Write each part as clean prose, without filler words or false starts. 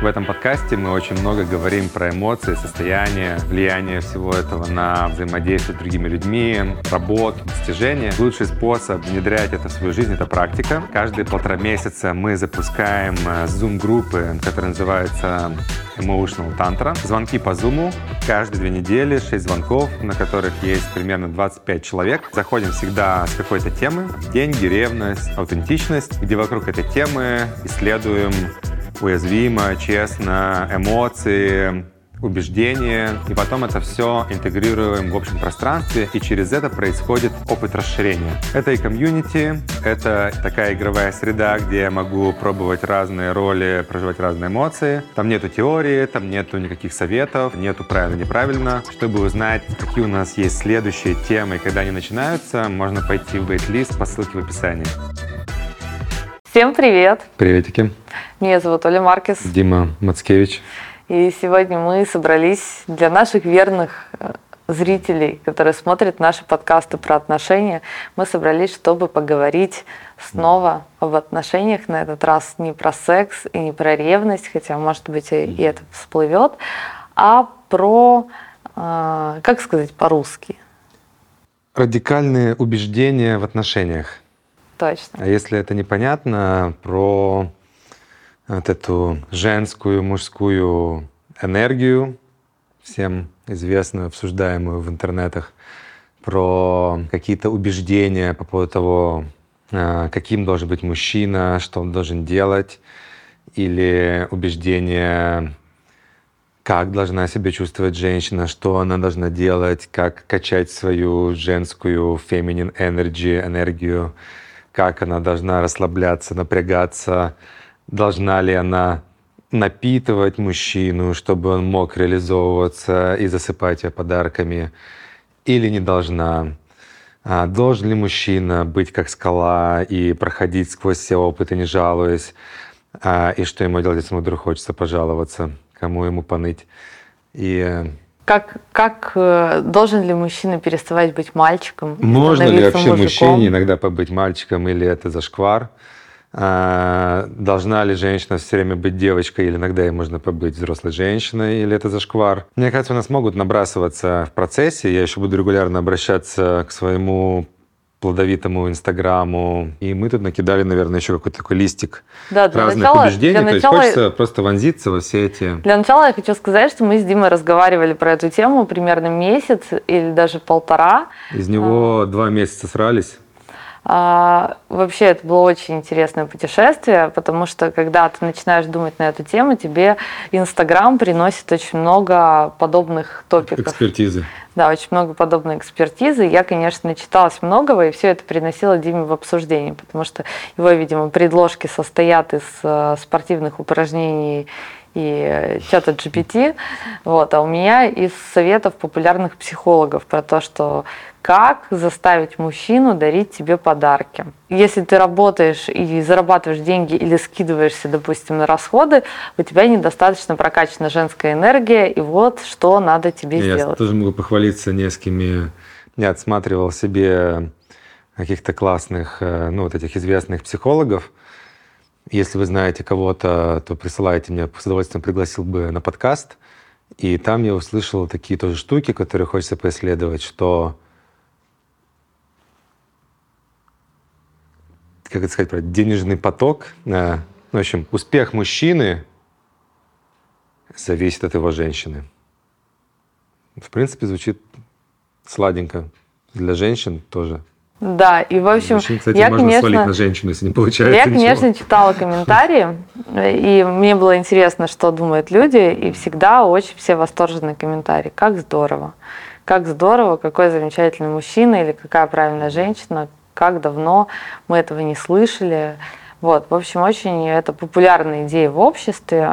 В этом подкасте мы очень много говорим про эмоции, состояние, влияние всего этого на взаимодействие с другими людьми, работу, достижения. Лучший способ внедрять это в свою жизнь — это практика. Каждые 1,5 месяца мы запускаем Zoom-группы, которые называются Emotional Tantra. Звонки по Zoom каждые 2 недели, 6 звонков, на которых есть примерно 25 человек. Заходим всегда с какой-то темы: деньги, ревность, аутентичность, где вокруг этой темы исследуем уязвимо, честно, эмоции, убеждения, и потом это все интегрируем в общем пространстве, и через это происходит опыт расширения. Это и комьюнити, это такая игровая среда, где я могу пробовать разные роли, проживать разные эмоции. Там нету теории, там нету никаких советов, нету правильно-неправильно. Чтобы узнать, какие у нас есть следующие темы и когда они начинаются, можно пойти в wait-лист по ссылке в описании. Всем привет! Приветики! Меня зовут Оля Маркес. Дима Мацкевич. И сегодня мы собрались для наших верных зрителей, которые смотрят наши подкасты про отношения. Мы собрались, чтобы поговорить снова об отношениях. На этот раз не про секс и не про ревность, хотя, может быть, и это всплывет, а про, как сказать по-русски? Радикальные убеждения в отношениях. Точно. А если это непонятно, про вот эту женскую, мужскую энергию, всем известную, обсуждаемую в интернетах, про какие-то убеждения по поводу того, каким должен быть мужчина, что он должен делать, или убеждения, как должна себя чувствовать женщина, что она должна делать, как качать свою женскую feminine energy, энергию, как она должна расслабляться, напрягаться, должна ли она напитывать мужчину, чтобы он мог реализовываться и засыпать ее подарками, или не должна. Должен ли мужчина быть как скала и проходить сквозь все опыты, не жалуясь, и что ему делать, если ему вдруг хочется пожаловаться, кому ему поныть. И Как должен ли мужчина переставать быть мальчиком? Можно ли вообще мужиком? мужчине иногда побыть мальчиком, или это зашквар? Должна ли женщина все время быть девочкой, или иногда ей можно побыть взрослой женщиной, или это зашквар? Мне кажется, у нас могут набрасываться в процессе. Я еще буду регулярно обращаться к своему плодовитому Инстаграму. И мы тут накидали, наверное, еще какой-то такой листик разных убеждений. То есть хочется просто вонзиться во все эти... Для начала я хочу сказать, что мы с Димой разговаривали про эту тему примерно месяц или даже 1,5. Из него 2 месяца срались. Вообще это было очень интересное путешествие, потому что когда ты начинаешь думать на эту тему, тебе Инстаграм приносит очень много подобных топиков. Экспертизы. Да, очень много подобной экспертизы. Я, конечно, начиталась многого, и все это приносило Диме в обсуждение, потому что его, видимо, предложки состоят из спортивных упражнений и чата GPT, а у меня из советов популярных психологов про то, что как заставить мужчину дарить тебе подарки. Если ты работаешь и зарабатываешь деньги или скидываешься, допустим, на расходы, у тебя недостаточно прокачана женская энергия, и вот что надо тебе сделать. Я тоже могу похвалиться несколькими. Я отсматривал себе каких-то классных, вот этих известных психологов. Если вы знаете кого-то, то присылайте мне, с удовольствием пригласил бы на подкаст. И там я услышал такие тоже штуки, которые хочется поисследовать, что, как это сказать, про денежный поток. В общем, успех мужчины зависит от его женщины. В принципе, звучит сладенько. Для женщин тоже. Да, и в общем, мужчин, кстати, можно свалить на женщину, если не получается. Я, конечно, читала комментарии, и мне было интересно, что думают люди, и всегда очень все восторженные комментарии. Как здорово, какой замечательный мужчина или какая правильная женщина, как давно мы этого не слышали. В общем, очень это популярная идея в обществе.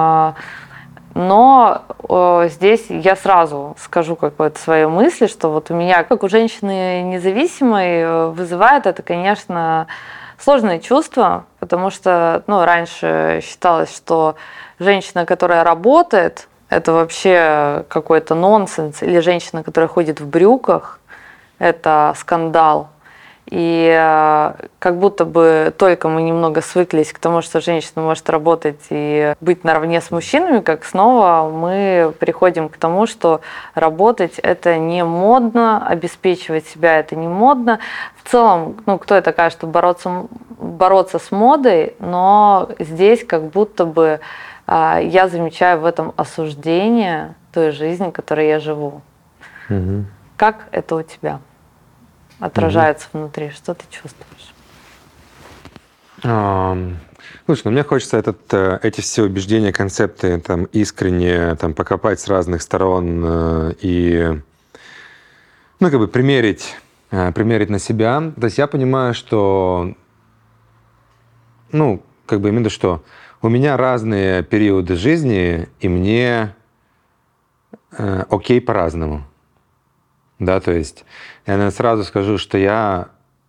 Но здесь я сразу скажу какую-то свою мысль, что у меня, как у женщины независимой, вызывает это, конечно, сложное чувство, потому что раньше считалось, что женщина, которая работает, это вообще какой-то нонсенс, или женщина, которая ходит в брюках, это скандал. И как будто бы только мы немного свыклись к тому, что женщина может работать и быть наравне с мужчинами, как снова мы приходим к тому, что работать это не модно, обеспечивать себя это не модно. В целом, кто я такая, чтобы бороться с модой, но здесь как будто бы я замечаю в этом осуждение той жизни, которой я живу. Угу. Как это у тебя отражается внутри? Что ты чувствуешь? Слушай, мне хочется эти все убеждения, концепты искренне покопать с разных сторон и примерить на себя. То есть я понимаю, что именно что у меня разные периоды жизни, и мне окей по-разному. Да, то есть я сразу скажу, что я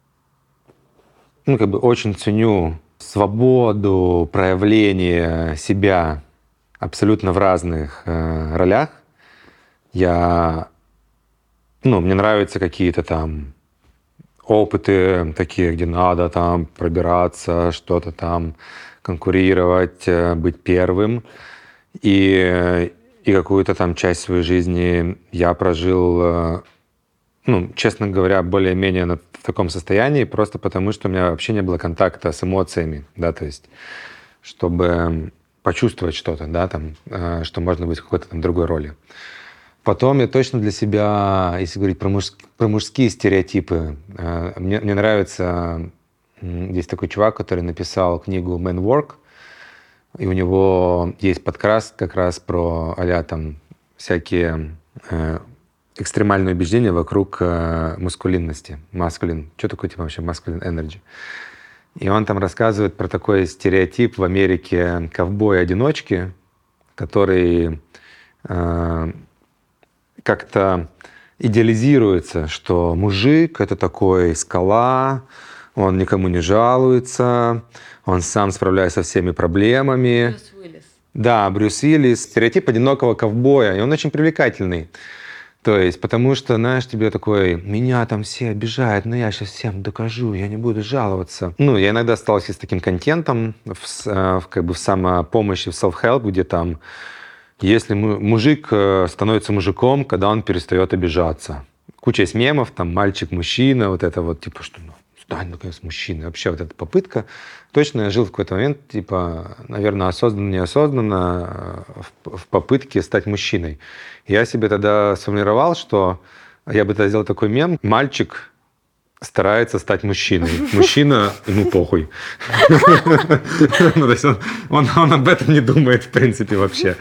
очень ценю свободу проявления себя абсолютно в разных ролях. Мне нравятся какие-то опыты такие, где надо пробираться, что-то конкурировать, быть первым. И какую-то часть своей жизни я прожил, честно говоря, более-менее в таком состоянии, просто потому что у меня вообще не было контакта с эмоциями, да, то есть чтобы почувствовать что-то, да, что можно быть в какой-то другой роли. Потом я точно для себя, если говорить про мужские стереотипы, мне нравится, есть такой чувак, который написал книгу «Man Work», и у него есть подкаст как раз про всякие экстремальные убеждения вокруг маскулинности. Что такое вообще masculine energy? И он рассказывает про такой стереотип в Америке ковбоя-одиночки, который как-то идеализируется, что мужик — это такой скала, он никому не жалуется, он сам справляется со всеми проблемами. Брюс Уиллис. Да, Брюс Уиллис. Стереотип одинокого ковбоя. И он очень привлекательный. То есть, потому что, знаешь, тебе такой, меня все обижают, но я сейчас всем докажу, я не буду жаловаться. Я иногда сталкиваюсь с таким контентом в самопомощи, в self-help, где если мужик становится мужиком, когда он перестает обижаться. Куча есть мемов, мальчик-мужчина, что стань, наконец, мужчиной. Вообще эта попытка. Точно я жил в какой-то момент, наверное, осознанно-неосознанно в попытке стать мужчиной. Я себе тогда сформулировал, что я бы тогда сделал такой мем. Мальчик старается стать мужчиной. Мужчина, ему похуй. То есть он об этом не думает, в принципе, вообще.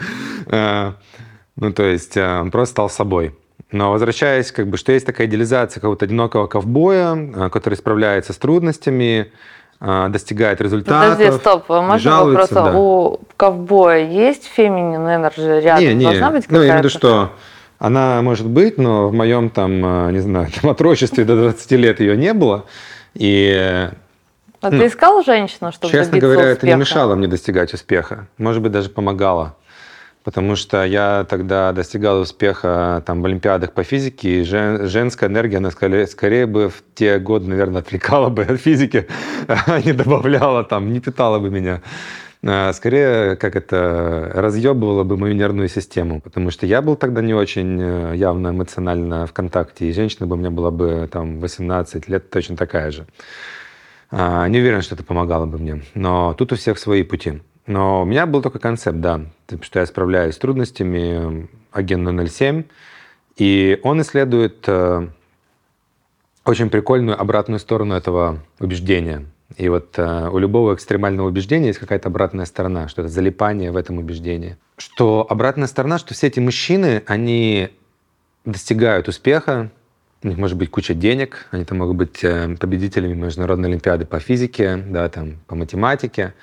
То есть он просто стал собой. Но возвращаясь, что есть такая идеализация какого-то одинокого ковбоя, который справляется с трудностями, достигает результатов. Подожди, стоп, можно вопрос? Да. У ковбоя есть феминин энерджи рядом? Должна быть какая-то? Я имею в виду, что она может быть, но в моем отрочестве до 20 лет ее не было. И ты искал женщину, чтобы честно добиться говоря, успеха? это не мешало мне достигать успеха. Может быть, даже помогало. Потому что я тогда достигал успеха в олимпиадах по физике, и женская энергия, она скорее бы в те годы, наверное, отвлекала бы от физики, а не добавляла, не питала бы меня. Скорее, разъебывала бы мою нервную систему. Потому что я был тогда не очень явно эмоционально в контакте, и женщина бы у меня была бы 18 лет точно такая же. Не уверен, что это помогало бы мне. Но тут у всех свои пути. Но у меня был такой концепт, да, что я справляюсь с трудностями, агент 007, и он исследует очень прикольную обратную сторону этого убеждения. И у любого экстремального убеждения есть какая-то обратная сторона, что это залипание в этом убеждении. Что обратная сторона, что все эти мужчины, они достигают успеха, у них может быть куча денег, они могут быть победителями международной олимпиады по физике, да, по математике.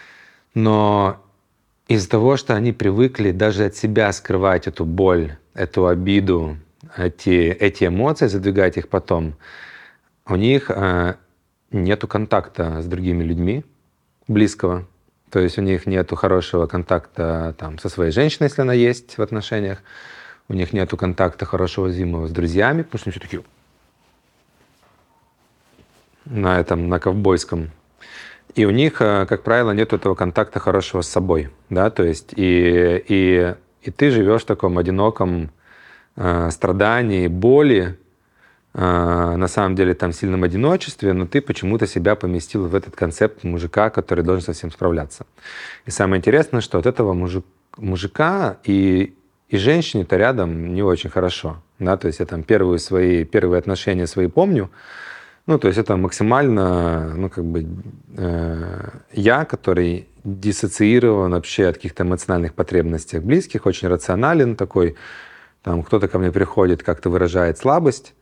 Но из-за того, что они привыкли даже от себя скрывать эту боль, эту обиду, эти эмоции, задвигать их потом, у них нету контакта с другими людьми близкого. То есть у них нету хорошего контакта со своей женщиной, если она есть в отношениях. У них нету контакта хорошего, взаимного с друзьями, потому что они все такие... на ковбойском. И у них, как правило, нет этого контакта хорошего с собой, да, то есть и ты живешь в таком одиноком страдании, боли, на самом деле там сильном одиночестве, но ты почему-то себя поместил в этот концепт мужика, который должен со всем справляться. И самое интересное, что от этого мужика и женщине-то рядом не очень хорошо, да, то есть я там первые отношения свои помню. Ну, то есть это максимально, я, который диссоциирован вообще от каких-то эмоциональных потребностей близких, очень рационален такой, там кто-то ко мне приходит, как-то выражает слабость.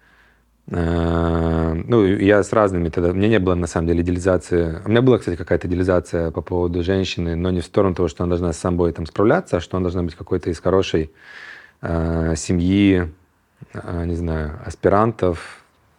Я с разными тогда, у меня не было на самом деле идеализации. У меня была, кстати, какая-то идеализация по поводу женщины, но не в сторону того, что она должна с собой там справляться, а что она должна быть какой-то из хорошей семьи, не знаю, аспирантов,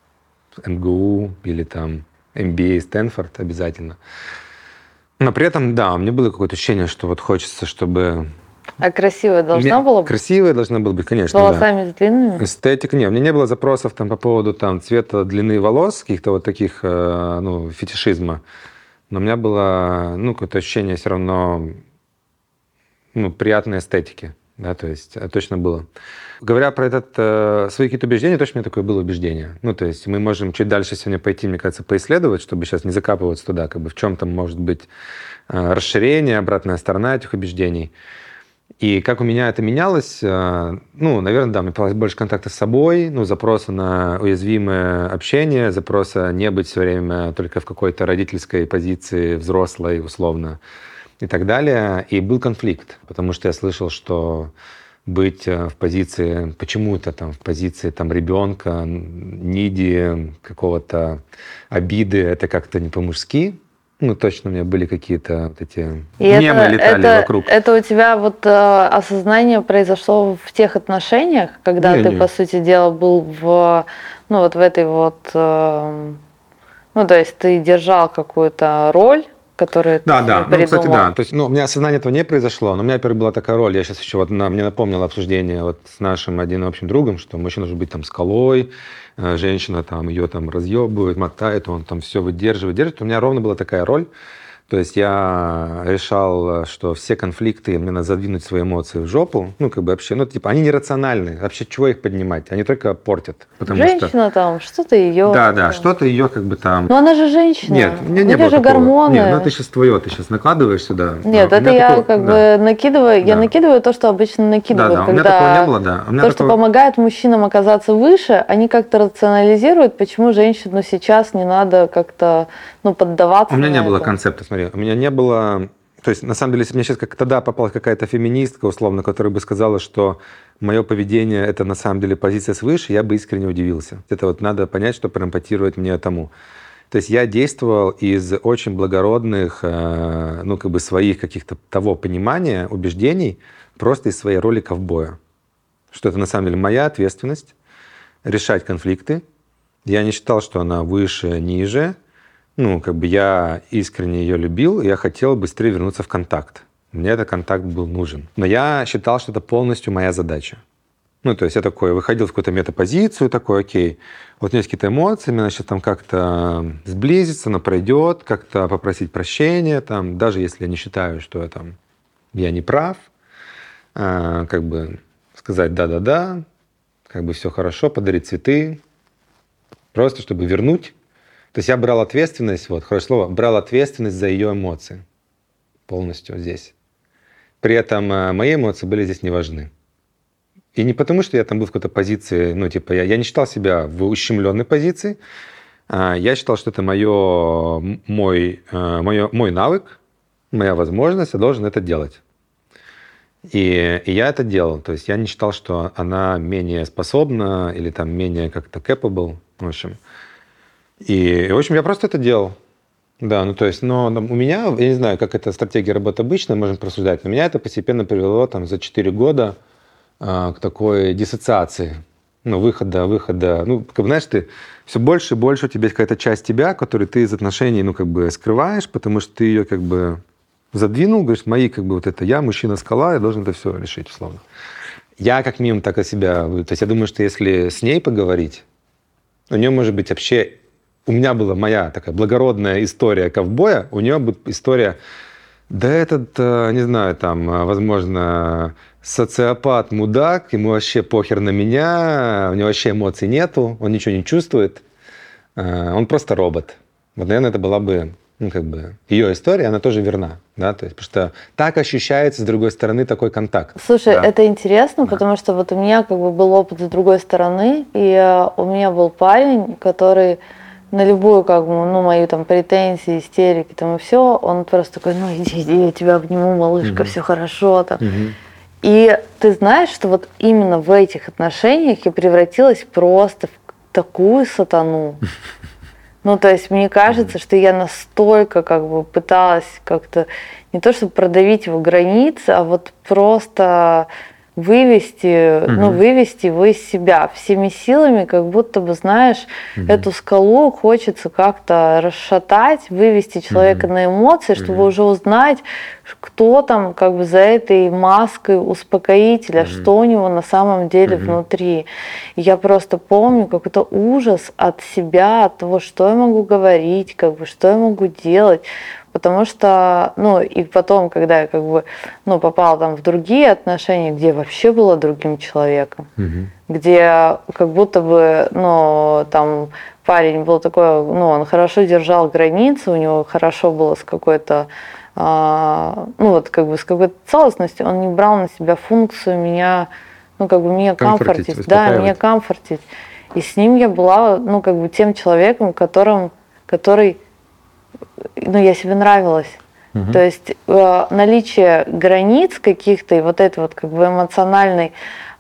МГУ или там MBA, Стэнфорд обязательно. Но при этом, да, у меня было какое-то ощущение, что вот хочется, чтобы... А красивая должна была быть? Красивая должна была быть, конечно, с волосами длинными? Эстетика, нет. У меня не было запросов там по поводу там цвета, длины волос, каких-то вот таких, фетишизма. Но у меня было, какое-то ощущение все равно, приятной эстетики. Да, то есть точно было. Говоря про свои какие-то убеждения, точно у меня такое было убеждение. То есть мы можем чуть дальше сегодня пойти, мне кажется, поисследовать, чтобы сейчас не закапываться туда, в чем там может быть расширение, обратная сторона этих убеждений. И как у меня это менялось, наверное, да, мне появилось больше контакта с собой, запроса на уязвимое общение, запроса не быть все время только в какой-то родительской позиции, взрослой, условно, и так далее. И был конфликт, потому что я слышал, что быть в позиции, почему-то там в позиции там ребенка, ниди, какого-то обиды, это как-то не по-мужски. Точно у меня были какие-то вот эти мемы летали вокруг. Это у тебя вот осознание произошло в тех отношениях, когда ты, по сути дела, был в этой вот... то есть ты держал какую-то роль, которую ты придумал. Кстати, да. То есть, у меня осознание этого не произошло, но у меня, во-первых, была такая роль. Я сейчас еще мне напомнило обсуждение с нашим одним общим другом, что мужчина должен быть там скалой, женщина там ее там разъебывает, мотает, он там все выдерживает. У меня ровно была такая роль. То есть я решал, что все конфликты, мне надо задвинуть свои эмоции в жопу. Вообще, они нерациональны. Вообще, чего их поднимать? Они только портят. Женщина там, что-то ее... Да, что-то ее там... Но она же женщина. Нет, мне не было же такого. Гормоны. Нет, это сейчас твое, ты сейчас накладываешь сюда. Нет, это я накидываю. Да. Я накидываю то, что обычно накидываю. Да, у меня такого не было, да. Что помогает мужчинам оказаться выше, они как-то рационализируют, почему женщину сейчас не надо как-то поддаваться. У меня не было концепта, смотри. У меня не было... То есть, на самом деле, если мне сейчас тогда попалась какая-то феминистка, условно, которая бы сказала, что мое поведение — это на самом деле позиция свыше, я бы искренне удивился. Это надо понять, что проэмпатировать мне тому. То есть я действовал из очень благородных, своих каких-то того понимания, убеждений, просто из своей роли ковбоя. Что это на самом деле моя ответственность решать конфликты. Я не считал, что она выше, ниже. Я искренне ее любил, и я хотел быстрее вернуться в контакт. Мне этот контакт был нужен. Но я считал, что это полностью моя задача. То есть я выходил в какую-то метапозицию, окей, вот у меня есть какие-то эмоции, мне значит там как-то сблизиться, но пройдет, как-то попросить прощения, там, даже если я не считаю, что я не прав, сказать да-да-да, все хорошо, подарить цветы, просто чтобы вернуть. То есть я брал ответственность, хорошее слово, брал ответственность за ее эмоции полностью здесь. При этом мои эмоции были здесь не важны. И не потому, что я там был в какой-то позиции, я не считал себя в ущемленной позиции, я считал, что это мой навык, моя возможность, я должен это делать. И я это делал. То есть я не считал, что она менее способна или менее как-то capable, в общем. И, я просто это делал. Да, но у меня, я не знаю, как эта стратегия работы обычно, можем просуждать, но меня это постепенно привело за 4 года к такой диссоциации, выхода. Знаешь, ты все больше и больше у тебя есть какая-то часть тебя, которую ты из отношений, скрываешь, потому что ты ее задвинул, говоришь, мои, я мужчина-скала, я должен это все решить, условно. Я как минимум так о себя, то есть я думаю, что если с ней поговорить, у нее может быть вообще у меня была моя такая благородная история ковбоя, у нее будет история, да этот, не знаю, там, возможно, социопат, мудак, ему вообще похер на меня, у него вообще эмоций нету, он ничего не чувствует, он просто робот. Вот, наверное, это была бы, ну, как бы, ее история, она тоже верна, да, то есть, потому что так ощущается, с другой стороны, такой контакт. Слушай, да. это интересно, Да. потому что вот у меня как бы был опыт с другой стороны, и у меня был парень, который на любую как бы, ну, мою там претензии, истерики там и все, он просто такой, ну иди, я тебя обниму, малышка, все хорошо там. И ты знаешь, что вот именно в этих отношениях я превратилась просто в такую сатану. Ну, то есть мне кажется, что я настолько как бы пыталась как-то не то чтобы продавить его границы, а вот просто вывести, ну, вывести его из себя всеми силами, как будто бы, знаешь, эту скалу хочется как-то расшатать, вывести человека на эмоции, чтобы уже узнать, кто там как бы за этой маской успокоителя, что у него на самом деле внутри. И я просто помню какой-то ужас от себя, от того, что я могу говорить, как бы, что я могу делать. Потому что, ну, и потом, когда я как бы, ну, попала там в другие отношения, где я вообще была другим человеком, где как будто бы, ну, там парень был такой, ну, он хорошо держал границы, у него хорошо было с какой-то, ну, вот как бы с какой-то целостностью, он не брал на себя функцию меня, ну, как бы меня комфортить, да, меня комфортить. И с ним я была, ну, как бы тем человеком, который ну, я себе нравилась. То есть наличие границ каких-то и вот этой вот как бы эмоциональной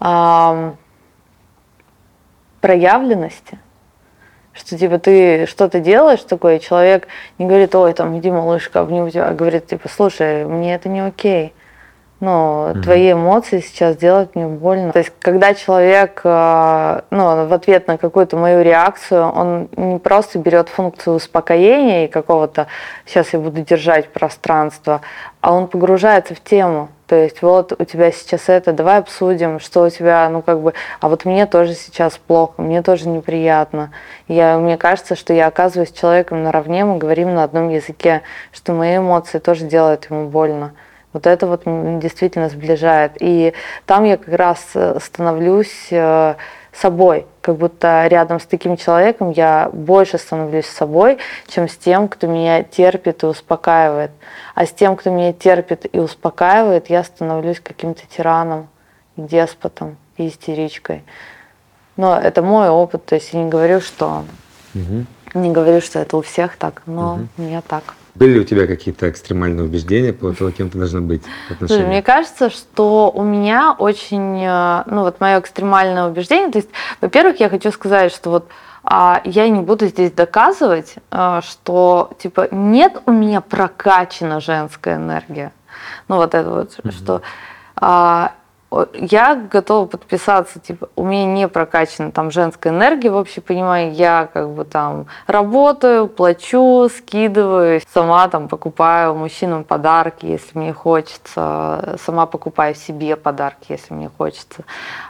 проявленности, что типа ты что-то делаешь такое, и человек не говорит, ой, там, иди, малышка, обниму тебя, а говорит, типа, слушай, мне это не окей. Ну, твои эмоции сейчас делают мне больно. То есть, когда человек, ну, в ответ на какую-то мою реакцию, он не просто берет функцию успокоения и какого-то «сейчас я буду держать пространство», а он погружается в тему. То есть, вот у тебя сейчас это, давай обсудим, что у тебя, ну, как бы, а вот мне тоже сейчас плохо, мне тоже неприятно. Мне кажется, что я оказываюсь с человеком наравне, мы говорим на одном языке, что мои эмоции тоже делают ему больно. Вот это вот действительно сближает. И там я как раз становлюсь собой. Как будто рядом с таким человеком я больше становлюсь собой, чем с тем, кто меня терпит и успокаивает. А с тем, кто меня терпит и успокаивает, я становлюсь каким-то тираном, деспотом и истеричкой. Но это мой опыт. То есть я не говорю, что это у всех так, но у меня так. Были ли у тебя какие-то экстремальные убеждения по того, кем ты должна быть в отношениях? Слушай, мне кажется, что у меня очень, ну вот мое экстремальное убеждение, то есть, во-первых, я хочу сказать, что вот я не буду здесь доказывать, что типа нет у меня прокачана женская энергия. Ну вот это вот, что я готова подписаться, типа, у меня не прокачана там женская энергия, в общем, понимаю, я как бы там работаю, плачу, скидываю, сама там покупаю мужчинам подарки, если мне хочется, сама покупаю себе подарки, если мне хочется.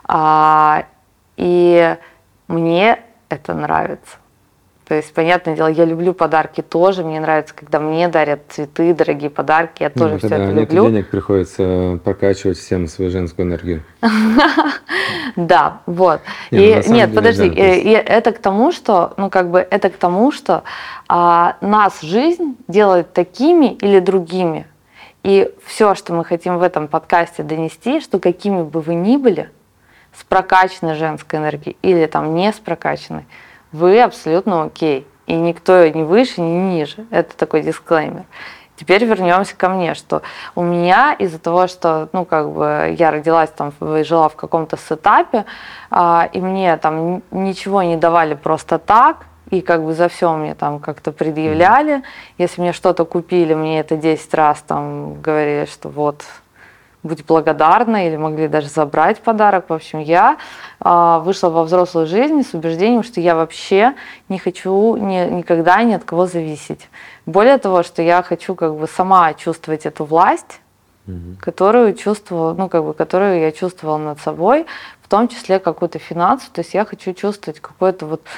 И мне это нравится. То есть, понятное дело, я люблю подарки тоже. Мне нравится, когда мне дарят цветы, дорогие подарки. Я тоже все это люблю. Когда нет денег, приходится прокачивать всем свою женскую энергию. Да, вот. Нет, подожди. Это к тому, что, ну, как бы, это к тому, что нас жизнь делает такими или другими. И все, что мы хотим в этом подкасте донести, что какими бы вы ни были, с прокачанной женской энергией или там не с прокачанной, вы абсолютно окей. И никто ни выше, ни ниже. Это такой дисклеймер. Теперь вернемся ко мне, что у меня из-за того, что, ну, как бы я родилась там, жила в каком-то сетапе, и мне там ничего не давали просто так, и как бы за все мне там как-то предъявляли. Если мне что-то купили, мне это 10 раз там говорили, что вот, будь благодарна, или могли даже забрать подарок. В общем, я вышла во взрослую жизнь с убеждением, что я вообще не хочу никогда ни от кого зависеть. Более того, что я хочу как бы сама чувствовать эту власть, которую чувствовала, ну, как бы, которую я чувствовала над собой, в том числе какую-то финансовую. То есть я хочу чувствовать какое-то вот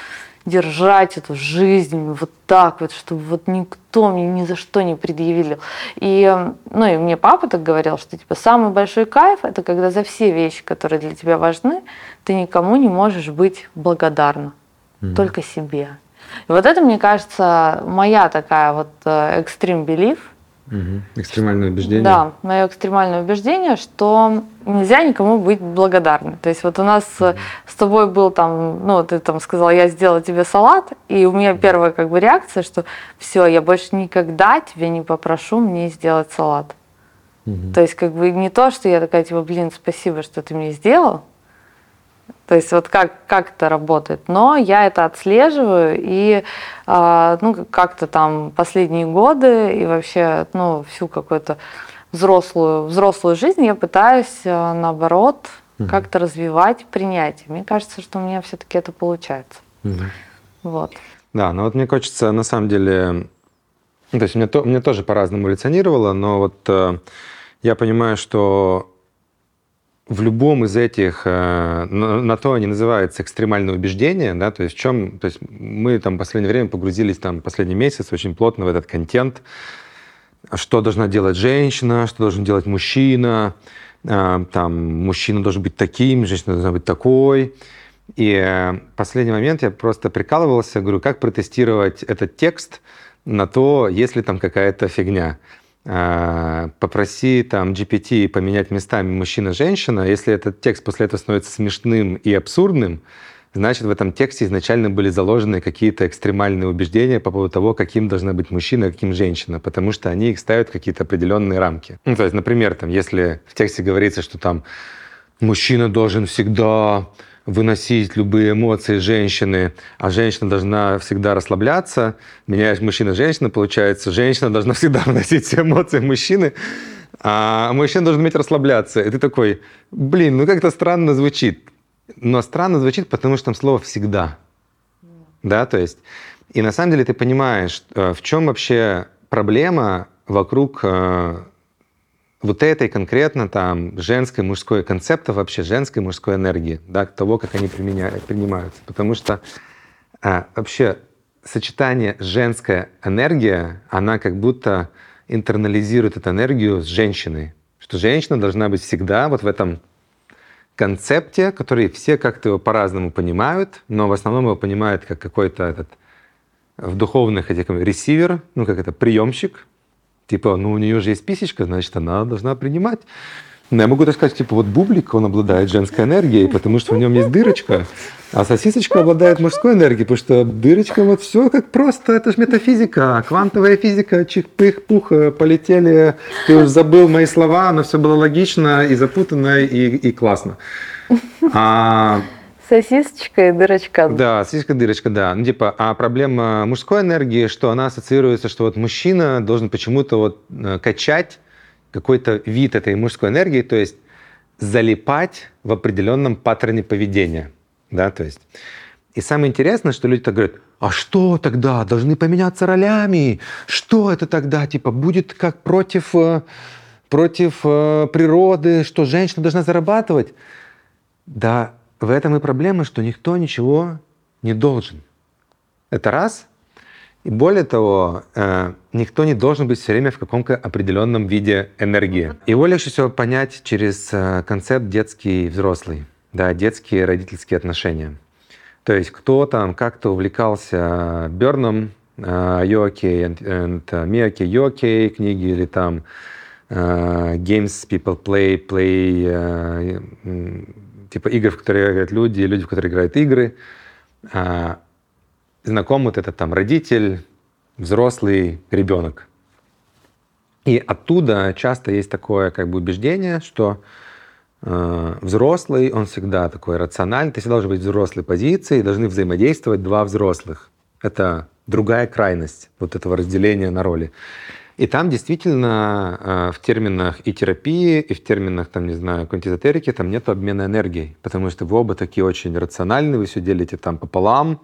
держать эту жизнь вот так вот, чтобы вот никто мне ни за что не предъявил. И, ну, и мне папа так говорил, что типа самый большой кайф — это когда за все вещи, которые для тебя важны, ты никому не можешь быть благодарна, только себе. И вот это, мне кажется, моя такая вот extreme belief. Экстремальное убеждение. Да, мое экстремальное убеждение, что нельзя никому быть благодарным. То есть вот у нас с тобой был там, ну, ты там сказала, я сделала тебе салат, и у меня первая как бы реакция, что все, я больше никогда тебя не попрошу мне сделать салат. То есть как бы не то, что я такая, типа, блин, спасибо, что ты мне сделал. То есть вот как это работает. Но я это отслеживаю, и ну, как-то там последние годы и вообще, ну, всю какую-то взрослую жизнь я пытаюсь, наоборот, как-то развивать принятие. Мне кажется, что у меня все-таки это получается. Вот. Да, но вот мне хочется, на самом деле, то есть мне тоже по-разному эволюционировало, но вот я понимаю, что в любом из этих, на то они называются экстремальные убеждения, да, то есть в чем, то есть мы там в последнее время погрузились там последний месяц очень плотно в этот контент, что должна делать женщина, что должен делать мужчина, там мужчина должен быть таким, женщина должна быть такой. И в последний момент я просто прикалывался, говорю, как протестировать этот текст на то, есть ли там какая-то фигня. Попроси там GPT поменять местами мужчина-женщина. Если этот текст после этого становится смешным и абсурдным, значит, в этом тексте изначально были заложены какие-то экстремальные убеждения по поводу того, каким должна быть мужчина, каким женщина, потому что они их ставят в какие-то определенные рамки. Ну, то есть, например, там, если в тексте говорится, что там мужчина должен всегда выносить любые эмоции женщины, а женщина должна всегда расслабляться. Меняешь мужчина-женщина, получается, женщина должна всегда выносить все эмоции мужчины, а мужчина должен уметь расслабляться. И ты такой, блин, ну как-то странно звучит. Но странно звучит, потому что там слово «всегда». Да, то есть, и на самом деле ты понимаешь, в чем вообще проблема вокруг вот этой конкретно там женской, мужской концепта, вообще женской, мужской энергии, да, того, как они принимаются. Потому что вообще сочетание женская энергия, она как будто интернализирует эту энергию с женщиной. Что женщина должна быть всегда вот в этом концепте, который все как-то его по-разному понимают, но в основном его понимают как какой-то этот в духовных этих ресивер, ну как это, приемщик. Типа, ну у нее же есть писечка, значит, она должна принимать. Но я могу так сказать, типа, вот бублик, он обладает женской энергией, потому что в нем есть дырочка, а сосисочка обладает мужской энергией, потому что дырочка, вот все как просто, это же метафизика, квантовая физика, чих-пых-пух, полетели, ты уже забыл мои слова, но все было логично и запутанно, и классно. Сосисочка и дырочка. Да, сосиска, дырочка, да. Ну, типа, а проблема мужской энергии, что она ассоциируется, что вот мужчина должен почему-то вот качать какой-то вид этой мужской энергии, то есть залипать в определенном паттерне поведения, да, то есть. И самое интересное, что люди так говорят, а что тогда, должны поменяться ролями, что это тогда, типа, будет как против природы, что женщина должна зарабатывать? Да, в этом и проблема, что никто ничего не должен. Это раз. И более того, никто не должен быть все время в каком-то определенном виде энергии. Его легче всего понять через концепт детский и взрослый, да, детские родительские отношения. То есть кто там как-то увлекался Берном, You Okay and Me Okay, You Okay книги, или там Games People Play, типа игр, в которые играют люди, и люди, в которые играют игры. Знаком вот этот там родитель, взрослый, ребенок. И оттуда часто есть такое как бы убеждение, что взрослый, он всегда такой рациональный, ты всегда должен быть в взрослой позиции, должны взаимодействовать два взрослых. Это другая крайность вот этого разделения на роли. И там действительно в терминах и терапии, и в терминах, там, не знаю, какой-нибудь эзотерики там нет обмена энергией, потому что вы оба такие очень рациональные, вы все делите там пополам,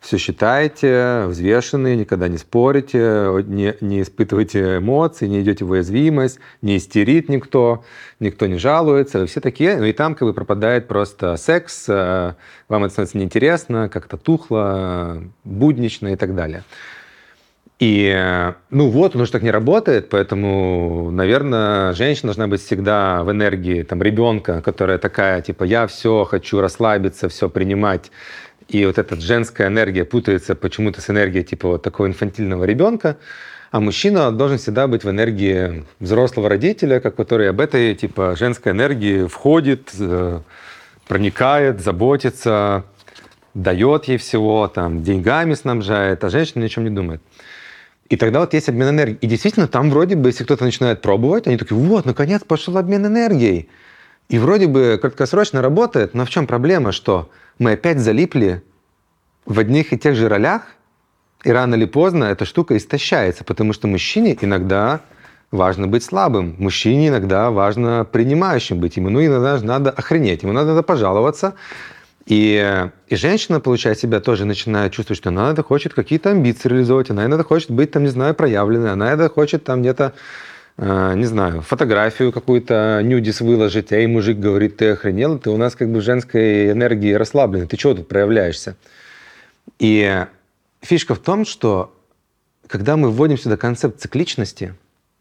все считаете, взвешенные, никогда не спорите, не испытываете эмоций, не идете в уязвимость, не истерит никто не жалуется, вы все такие, ну и там как бы пропадает просто секс, вам это становится неинтересно, как-то тухло, буднично и так далее. И, ну вот, оно же так не работает, поэтому, наверное, женщина должна быть всегда в энергии там, ребенка, которая такая, типа, я все хочу расслабиться, все принимать. И вот эта женская энергия путается почему-то с энергией типа вот такого инфантильного ребенка, а мужчина должен всегда быть в энергии взрослого родителя, который об этой типа женской энергии входит, проникает, заботится, дает ей всего, там, деньгами снабжает, а женщина ни о чем не думает. И тогда вот есть обмен энергией. И действительно, там вроде бы, если кто-то начинает пробовать, они такие, вот, наконец пошел обмен энергией. И вроде бы краткосрочно работает, но в чем проблема, что мы опять залипли в одних и тех же ролях, и рано или поздно эта штука истощается, потому что мужчине иногда важно быть слабым, мужчине иногда важно принимающим быть, ему иногда надо охренеть, ему надо пожаловаться. И женщина, получая себя, тоже начинает чувствовать, что она иногда хочет какие-то амбиции реализовать, она иногда хочет быть, там, не знаю, проявленной, она иногда хочет там где-то, не знаю, фотографию какую-то нюдис выложить, а ей мужик говорит, ты охренел, ты у нас как бы в женской энергии расслабленный, ты чего тут проявляешься? И фишка в том, что когда мы вводим сюда концепт цикличности,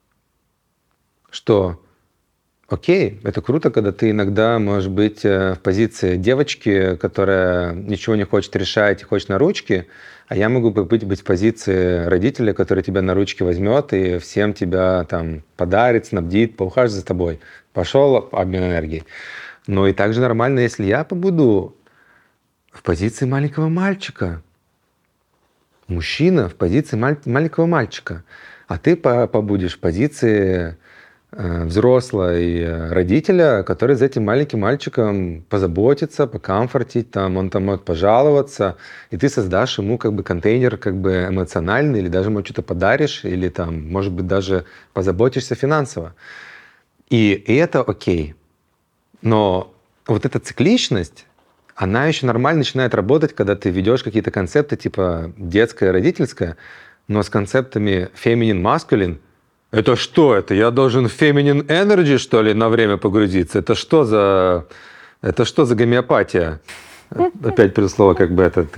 что окей, это круто, когда ты иногда можешь быть в позиции девочки, которая ничего не хочет решать и хочет на ручки, а я могу быть в позиции родителя, который тебя на ручки возьмет и всем тебя там подарит, снабдит, поухаживает за тобой. Пошел обмен энергией. Но и также нормально, если я побуду в позиции маленького мальчика. Мужчина в позиции маленького мальчика. А ты побудешь в позиции взрослого родителя, который за этим маленьким мальчиком позаботится, покомфортить, там, он там может пожаловаться, и ты создашь ему как бы контейнер как бы эмоциональный, или даже ему что-то подаришь, или там, может быть, даже позаботишься финансово. И это окей. Но вот эта цикличность, она еще нормально начинает работать, когда ты ведешь какие-то концепты типа детское, родительское, но с концептами feminine, masculine. Это что это? Я должен в feminine energy, что ли, на время погрузиться? Это что за гомеопатия? Опять слово как бы этот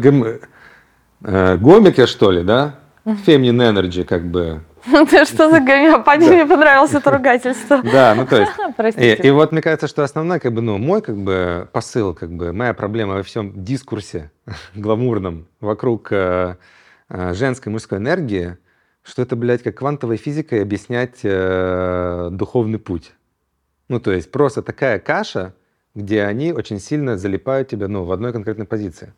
гомики, что ли, да? Feminine energy, как бы. Ты что за гомеопатия? Мне понравилось это ругательство. Да, ну то есть. И вот мне кажется, что основной, как бы, ну, мой как бы посыл, как бы, моя проблема во всем дискурсе гламурном вокруг женской и мужской энергии, что это, блядь, как квантовой физикой объяснять духовный путь. Ну, то есть просто такая каша, где они очень сильно залипают тебя, ну, в одной конкретной позиции.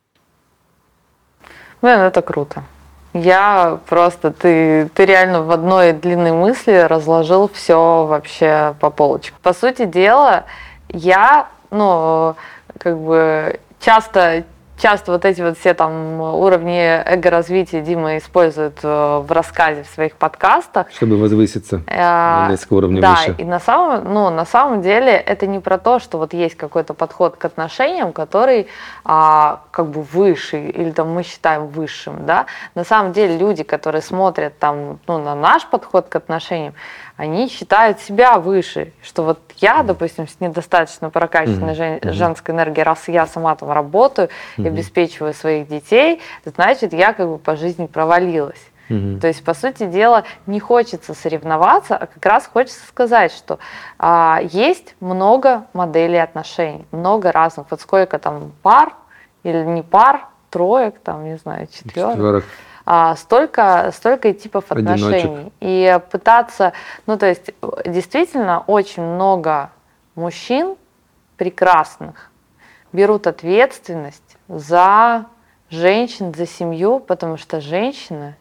Блин, это круто. Я просто, ты реально в одной длинной мысли разложил все вообще по полочкам. По сути дела, я, ну, как бы часто вот эти вот все там уровни эго-развития Дима использует в рассказе в своих подкастах. Чтобы возвыситься на несколько уровней выше. Да, и на самом деле это не про то, что вот есть какой-то подход к отношениям, который как бы выше, или там мы считаем высшим, да. На самом деле люди, которые смотрят там, ну, на наш подход к отношениям, они считают себя выше, что вот я, допустим, с недостаточно прокачанной женской энергией, раз я сама там работаю и обеспечиваю своих детей, значит, я как бы по жизни провалилась. То есть, по сути дела, не хочется соревноваться, а как раз хочется сказать, что есть много моделей отношений, много разных. Вот сколько там пар или не пар, троек, там, не знаю, четверок. Столько и типов отношений. И пытаться, ну, то есть, действительно, очень много мужчин прекрасных берут ответственность за женщин, за семью, потому что женщины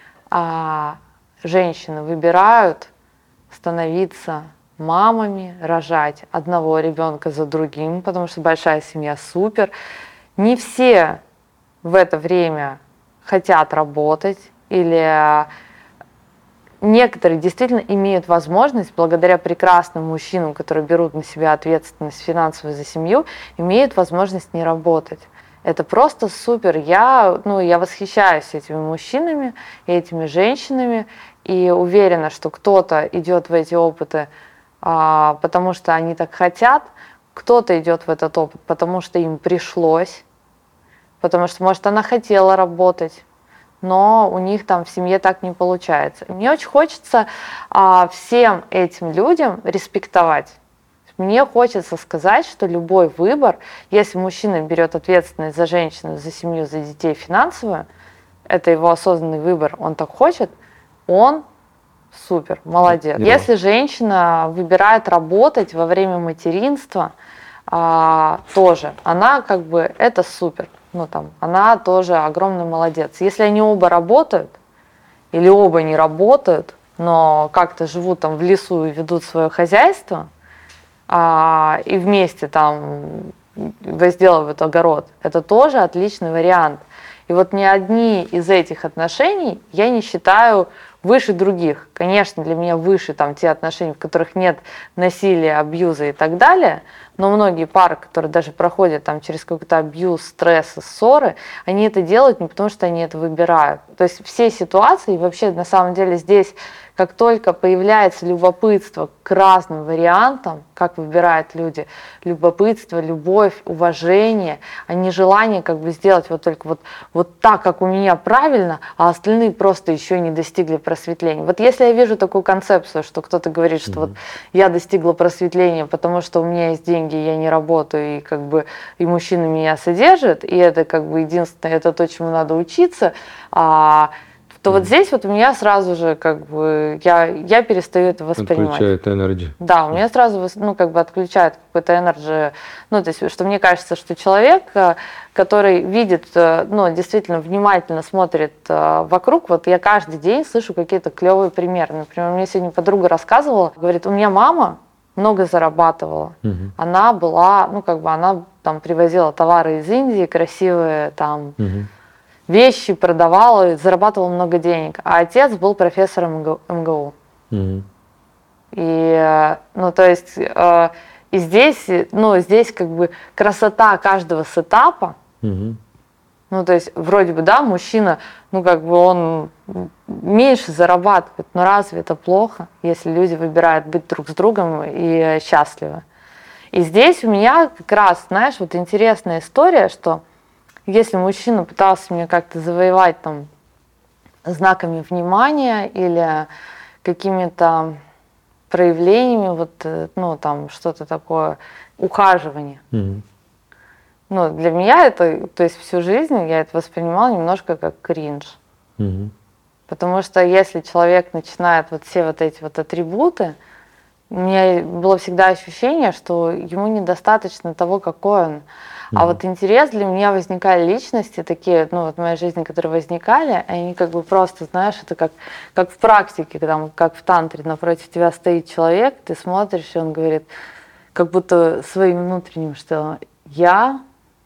выбирают становиться мамами, рожать одного ребенка за другим, потому что большая семья супер. Не все в это время хотят работать, или некоторые действительно имеют возможность, благодаря прекрасным мужчинам, которые берут на себя ответственность финансовую за семью, имеют возможность не работать. Это просто супер. Я восхищаюсь этими мужчинами и этими женщинами и уверена, что кто-то идет в эти опыты, потому что они так хотят, кто-то идет в этот опыт, потому что им пришлось, потому что, может, она хотела работать, но у них там в семье так не получается. Мне очень хочется всем этим людям респектовать. Мне хочется сказать, что любой выбор, если мужчина берет ответственность за женщину, за семью, за детей финансовую, это его осознанный выбор, он так хочет, он супер, молодец. Да. Если женщина выбирает работать во время материнства, тоже, она как бы, это супер. Она тоже огромный молодец. Если они оба работают, или оба не работают, но как-то живут там в лесу и ведут свое хозяйство, и вместе там возделывают огород, это тоже отличный вариант. И вот ни одни из этих отношений я не считаю выше других. Конечно, для меня выше там те отношения, в которых нет насилия, абьюза и так далее, но многие пары, которые даже проходят там через какой-то абьюз, стресс, ссоры, они это делают не потому, что они это выбирают. То есть все ситуации, вообще на самом деле здесь, как только появляется любопытство к разным вариантам, как выбирают люди, любопытство, любовь, уважение, а не желание как бы сделать вот только вот так, как у меня правильно, а остальные просто еще не достигли просветления. Вот если я вижу такую концепцию, что кто-то говорит, что вот я достигла просветления, потому что у меня есть деньги, я не работаю, и как бы и мужчина меня содержит, и это как бы единственное, это то, чему надо учиться, то вот здесь вот у меня сразу же как бы я перестаю это воспринимать. Отключает энергию. Да, у меня сразу как бы отключает какой-то энергию. То есть, что мне кажется, что человек, который видит, действительно внимательно смотрит вокруг, вот я каждый день слышу какие-то клевые примеры. Например, мне сегодня подруга рассказывала, говорит, у меня мама много зарабатывала. Она была, она там привозила товары из Индии, красивые там, вещи продавала, зарабатывала много денег. А отец был профессором МГУ. И, и здесь как бы красота каждого сетапа. То есть вроде бы, да, мужчина, он меньше зарабатывает, но разве это плохо, если люди выбирают быть друг с другом и счастливы? И здесь у меня как раз, знаешь, вот интересная история, что если мужчина пытался меня как-то завоевать там знаками внимания или какими-то проявлениями, что-то такое, ухаживание. Для меня это, то есть всю жизнь я это воспринимала немножко как кринж. Потому что если человек начинает вот все вот эти вот атрибуты, у меня было всегда ощущение, что ему недостаточно того, какой он. А вот интерес для меня возникали личности такие, в моей жизни, которые возникали, они как бы просто, знаешь, это как в практике, как в тантре, напротив тебя стоит человек, ты смотришь, и он говорит, как будто своим внутренним, что я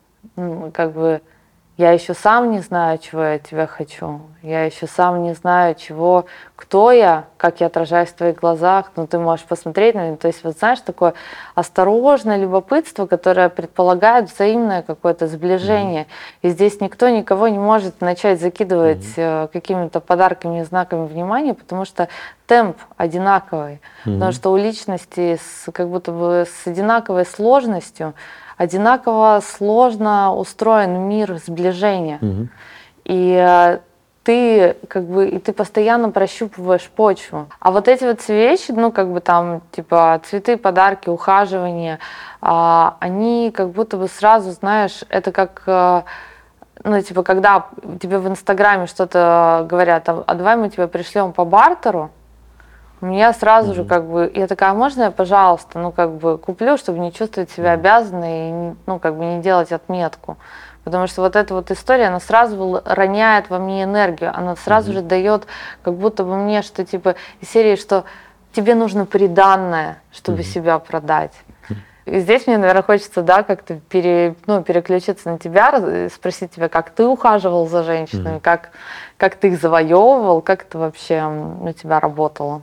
еще сам не знаю, чего я от тебя хочу. Я еще сам не знаю, кто я, как я отражаюсь в твоих глазах. Ты можешь посмотреть на меня. То есть, вот знаешь, такое осторожное любопытство, которое предполагает взаимное какое-то сближение. И здесь никто никого не может начать закидывать какими-то подарками и знаками внимания, потому что темп одинаковый. Потому что у личности как будто бы с одинаковой сложностью одинаково сложно устроен мир сближения. И ты постоянно прощупываешь почву. А вот эти вот вещи, цветы, подарки, ухаживание, они как будто бы сразу, знаешь, это как, когда тебе в Инстаграме что-то говорят, а давай мы тебе пришлем по бартеру, у меня сразу же я такая, а можно я, пожалуйста, куплю, чтобы не чувствовать себя обязанной и, не делать отметку. Потому что вот эта вот история, она сразу роняет во мне энергию, она сразу же дает как будто бы мне, что из серии, что тебе нужно приданное, чтобы себя продать. И здесь мне, наверное, хочется, как-то переключиться на тебя, спросить тебя, как ты ухаживал за женщинами, как ты их завоевывал, как это вообще у тебя работало?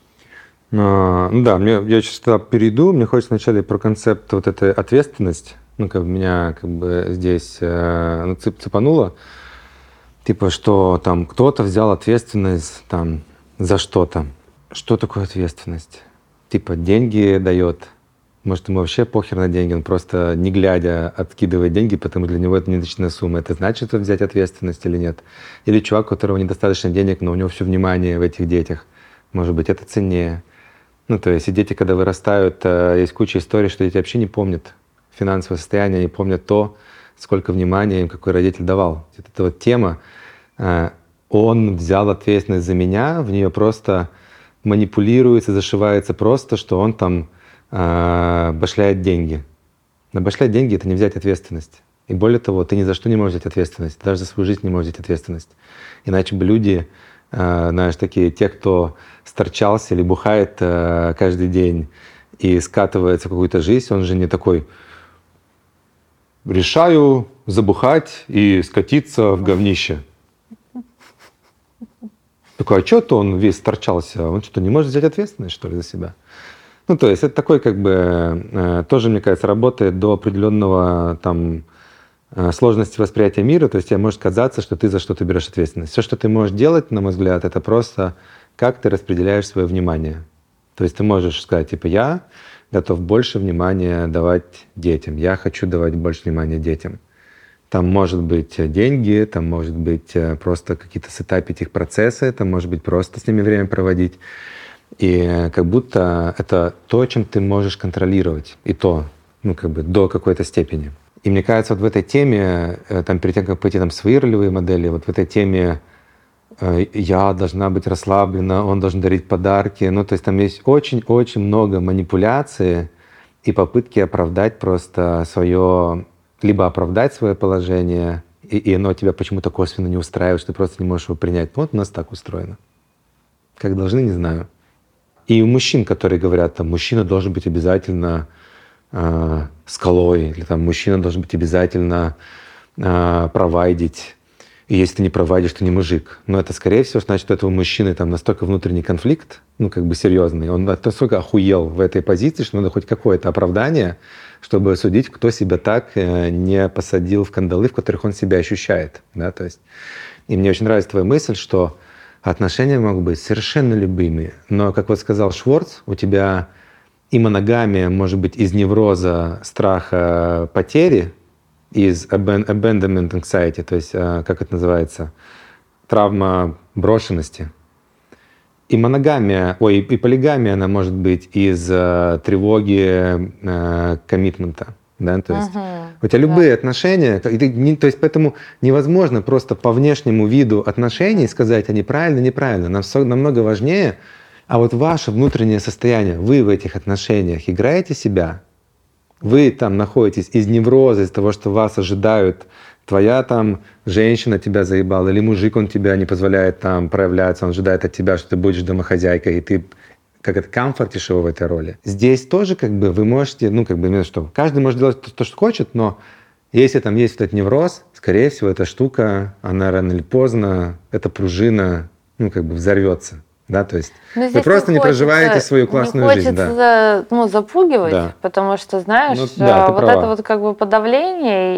Я сейчас туда перейду. Мне хочется вначале про концепт вот этой ответственности. Ну, как бы меня как бы здесь цепануло, типа, что там кто-то взял ответственность там за что-то. Что такое ответственность? Типа деньги дает. Может, ему вообще похер на деньги, он просто не глядя откидывает деньги, потому что для него это недостаточная сумма. Это значит взять ответственность или нет? Или чувак, у которого недостаточно денег, но у него все внимание в этих детях. Может быть, это ценнее. Ну, то есть и дети, когда вырастают, есть куча историй, что дети вообще не помнят финансовое состояние, не помнят то, сколько внимания им какой родитель давал. Вот эта вот тема, он взял ответственность за меня, в нее просто манипулируется, зашивается просто, что он там башляет деньги. Но башлять деньги — это не взять ответственность. И более того, ты ни за что не можешь взять ответственность, даже за свою жизнь не можешь взять ответственность. Иначе бы люди, знаешь, такие, те, кто сторчался или бухает каждый день и скатывается в какую-то жизнь, он же не такой: решаю забухать и скатиться в говнище. Такой, а что-то он весь торчался, он что-то не может взять ответственность, что ли, за себя? Ну, то есть это такой, как бы, тоже, мне кажется, работает до определенного там сложности восприятия мира. То есть тебе может казаться, что ты за что-то берешь ответственность. Все, что ты можешь делать, на мой взгляд, это просто как ты распределяешь свое внимание. То есть ты можешь сказать, типа, я готов больше внимания давать детям, я хочу давать больше внимания детям. Там может быть деньги, там может быть просто какие-то сетапить их процессы, там может быть просто с ними время проводить. И как будто это то, чем ты можешь контролировать, и то, ну, как бы до какой-то степени. И мне кажется, вот в этой теме, там, перед тем, как пойти там, в свои ролевые модели, вот в этой теме я должна быть расслаблена, он должен дарить подарки. Ну, то есть там есть очень-очень много манипуляций и попытки оправдать просто свое, либо оправдать свое положение, и оно тебя почему-то косвенно не устраивает, что ты просто не можешь его принять. Вот у нас так устроено. Как должны, не знаю. И у мужчин, которые говорят, там, мужчина должен быть обязательно скалой, или там, мужчина должен быть обязательно провайдить. И если ты не провайдишь, ты не мужик. Но это, скорее всего, значит, у этого мужчины там настолько внутренний конфликт, ну, как бы серьезный, он настолько охуел в этой позиции, что надо хоть какое-то оправдание, чтобы судить, кто себя так не посадил в кандалы, в которых он себя ощущает. Да? То есть, и мне очень нравится твоя мысль, что отношения могут быть совершенно любыми. Но, как вот сказал Шворц, у тебя и моногамия может быть из невроза, страха потери, из abandonment anxiety, то есть, как это называется, травма брошенности. И моногамия, и полигамия, она может быть из тревоги коммитмента. Да? То есть у тебя любые отношения, то есть поэтому невозможно просто по внешнему виду отношений сказать, они правильно, неправильно. Намного важнее, а вот ваше внутреннее состояние, вы в этих отношениях играете себя, вы там находитесь из невроза, из того, что вас ожидают, твоя там женщина тебя заебала, или мужик, он тебя не позволяет там проявляться, он ожидает от тебя, что ты будешь домохозяйкой, и ты как это комфортишь его в этой роли. Здесь тоже как бы вы можете, ну как бы именно что, каждый может делать то, что хочет, но если там есть этот невроз, скорее всего, эта штука, она рано или поздно, эта пружина, ну как бы взорвется. Да, то есть вы просто не проживаете свою классную жизнь. Не хочется запугивать, потому что, знаешь, вот это вот как бы подавление,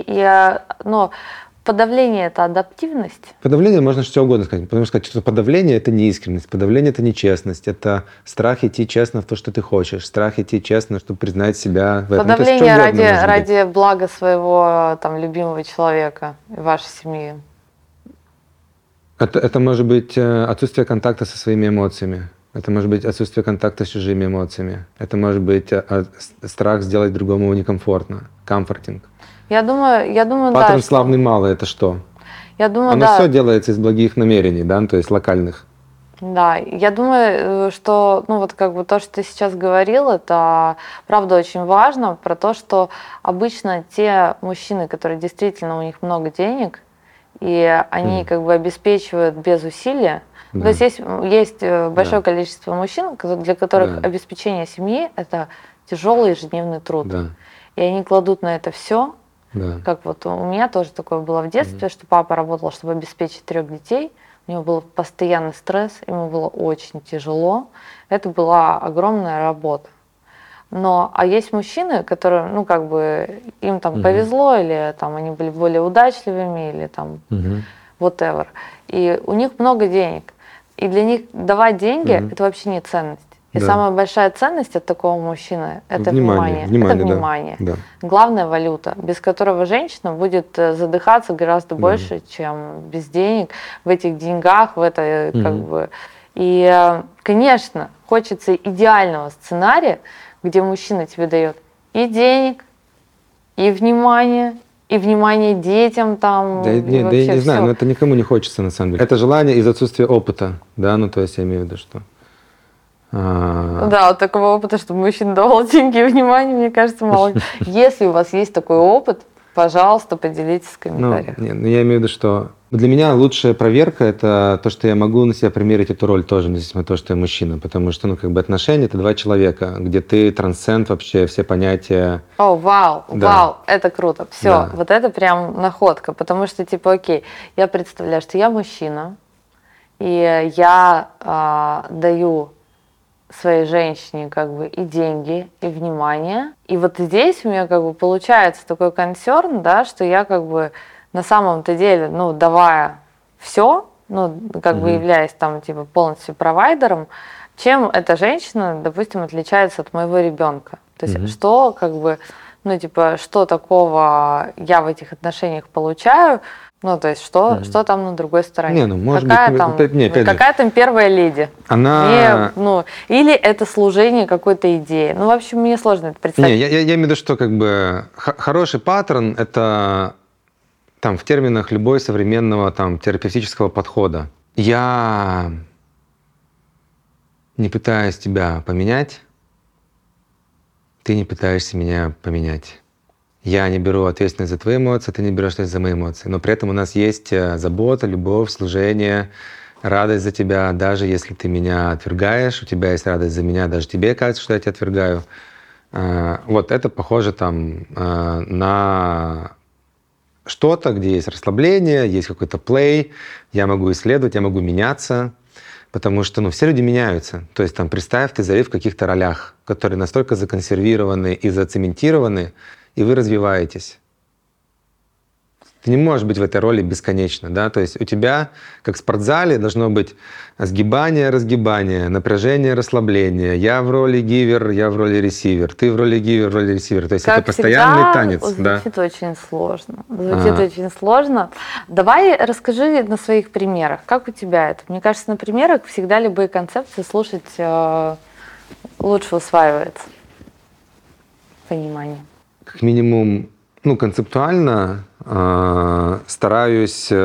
подавление — это адаптивность. Подавление можно что угодно сказать. Потому что подавление — это неискренность, подавление — это нечестность, это страх идти честно в то, что ты хочешь, страх идти честно, чтобы признать себя в этом. Подавление ради блага своего там любимого человека и вашей семьи. Это может быть отсутствие контакта со своими эмоциями. Это может быть отсутствие контакта с чужими эмоциями. Это может быть страх сделать другому некомфортно. Комфортинг. Я думаю, Паттерн славный малый — это что? Я думаю, оно все делается из благих намерений, да, то есть локальных. Да, я думаю, что, вот как бы то, что ты сейчас говорил, это правда очень важно, про то, что обычно те мужчины, которые действительно у них много денег, и они как бы обеспечивают без усилия. Да. То есть есть большое количество мужчин, для которых обеспечение семьи — это тяжелый ежедневный труд. Да. И они кладут на это все. Да. Как вот у меня тоже такое было в детстве, что папа работал, чтобы обеспечить 3 детей. У него был постоянный стресс, ему было очень тяжело. Это была огромная работа. А есть мужчины, которые, ну, как бы, им там повезло, или там они были более удачливыми, или там whatever. И у них много денег. И для них давать деньги это вообще не ценность. И самая большая ценность от такого мужчины это внимание. Это внимание. Да. Главная валюта, без которого женщина будет задыхаться гораздо больше, чем без денег, в этих деньгах, в этой как бы. И, конечно, хочется идеального сценария, где мужчина тебе дает и денег, и внимание детям там. Да, нет, да я не знаю, но это никому не хочется на самом деле. Это желание из отсутствия опыта, да, ну то есть я имею в виду, что... Да, вот такого опыта, чтобы мужчина давал деньги и внимание, мне кажется, мало. Если у вас есть такой опыт, пожалуйста, поделитесь в комментариях. Я имею в виду, что для меня лучшая проверка – это то, что я могу на себя примерить эту роль тоже, несмотря на то, что я мужчина. Потому что, ну, как бы отношения – это два человека, где ты трансценд вообще все понятия. О, вау, это круто. Все, вот это прям находка. Потому что, типа, окей, я представляю, что я мужчина, и я даю своей женщине как бы и деньги, и внимание. И вот здесь у меня как бы получается такой консерн, да, что я как бы на самом-то деле, ну, давая все, ну, как бы являясь там типа полностью провайдером, чем эта женщина, допустим, отличается от моего ребенка. То есть что как бы, ну, типа, что такого я в этих отношениях получаю, ну, то есть, что там на другой стороне? Не, ну, может какая быть, какая там первая леди? Она... Или это служение какой-то идеи. Ну, в общем, мне сложно это представить. Не, я имею в виду, что как бы хороший паттерн – это там в терминах любой современного там терапевтического подхода. Я не пытаюсь тебя поменять, ты не пытаешься меня поменять. Я не беру ответственность за твои эмоции, ты не берешь ответственность за мои эмоции. Но при этом у нас есть забота, любовь, служение, радость за тебя. Даже если ты меня отвергаешь, у тебя есть радость за меня, даже тебе кажется, что я тебя отвергаю. Вот это похоже там на что-то, где есть расслабление, есть какой-то плей, я могу исследовать, я могу меняться. Потому что, ну, все люди меняются. То есть там представь, ты завис в каких-то ролях, которые настолько законсервированы и зацементированы, и вы развиваетесь. Ты не можешь быть в этой роли бесконечно, да? То есть у тебя, как в спортзале, должно быть сгибание, разгибание, напряжение, расслабление. Я в роли гивер, я в роли ресивер, ты в роли гивер, в роли ресивер. То есть как это постоянный танец. Звучит очень сложно. Очень сложно. Давай расскажи на своих примерах, как у тебя это? Мне кажется, на примерах всегда любые концепции слушать лучше усваивается. Понимание. Как минимум, ну, концептуально стараюсь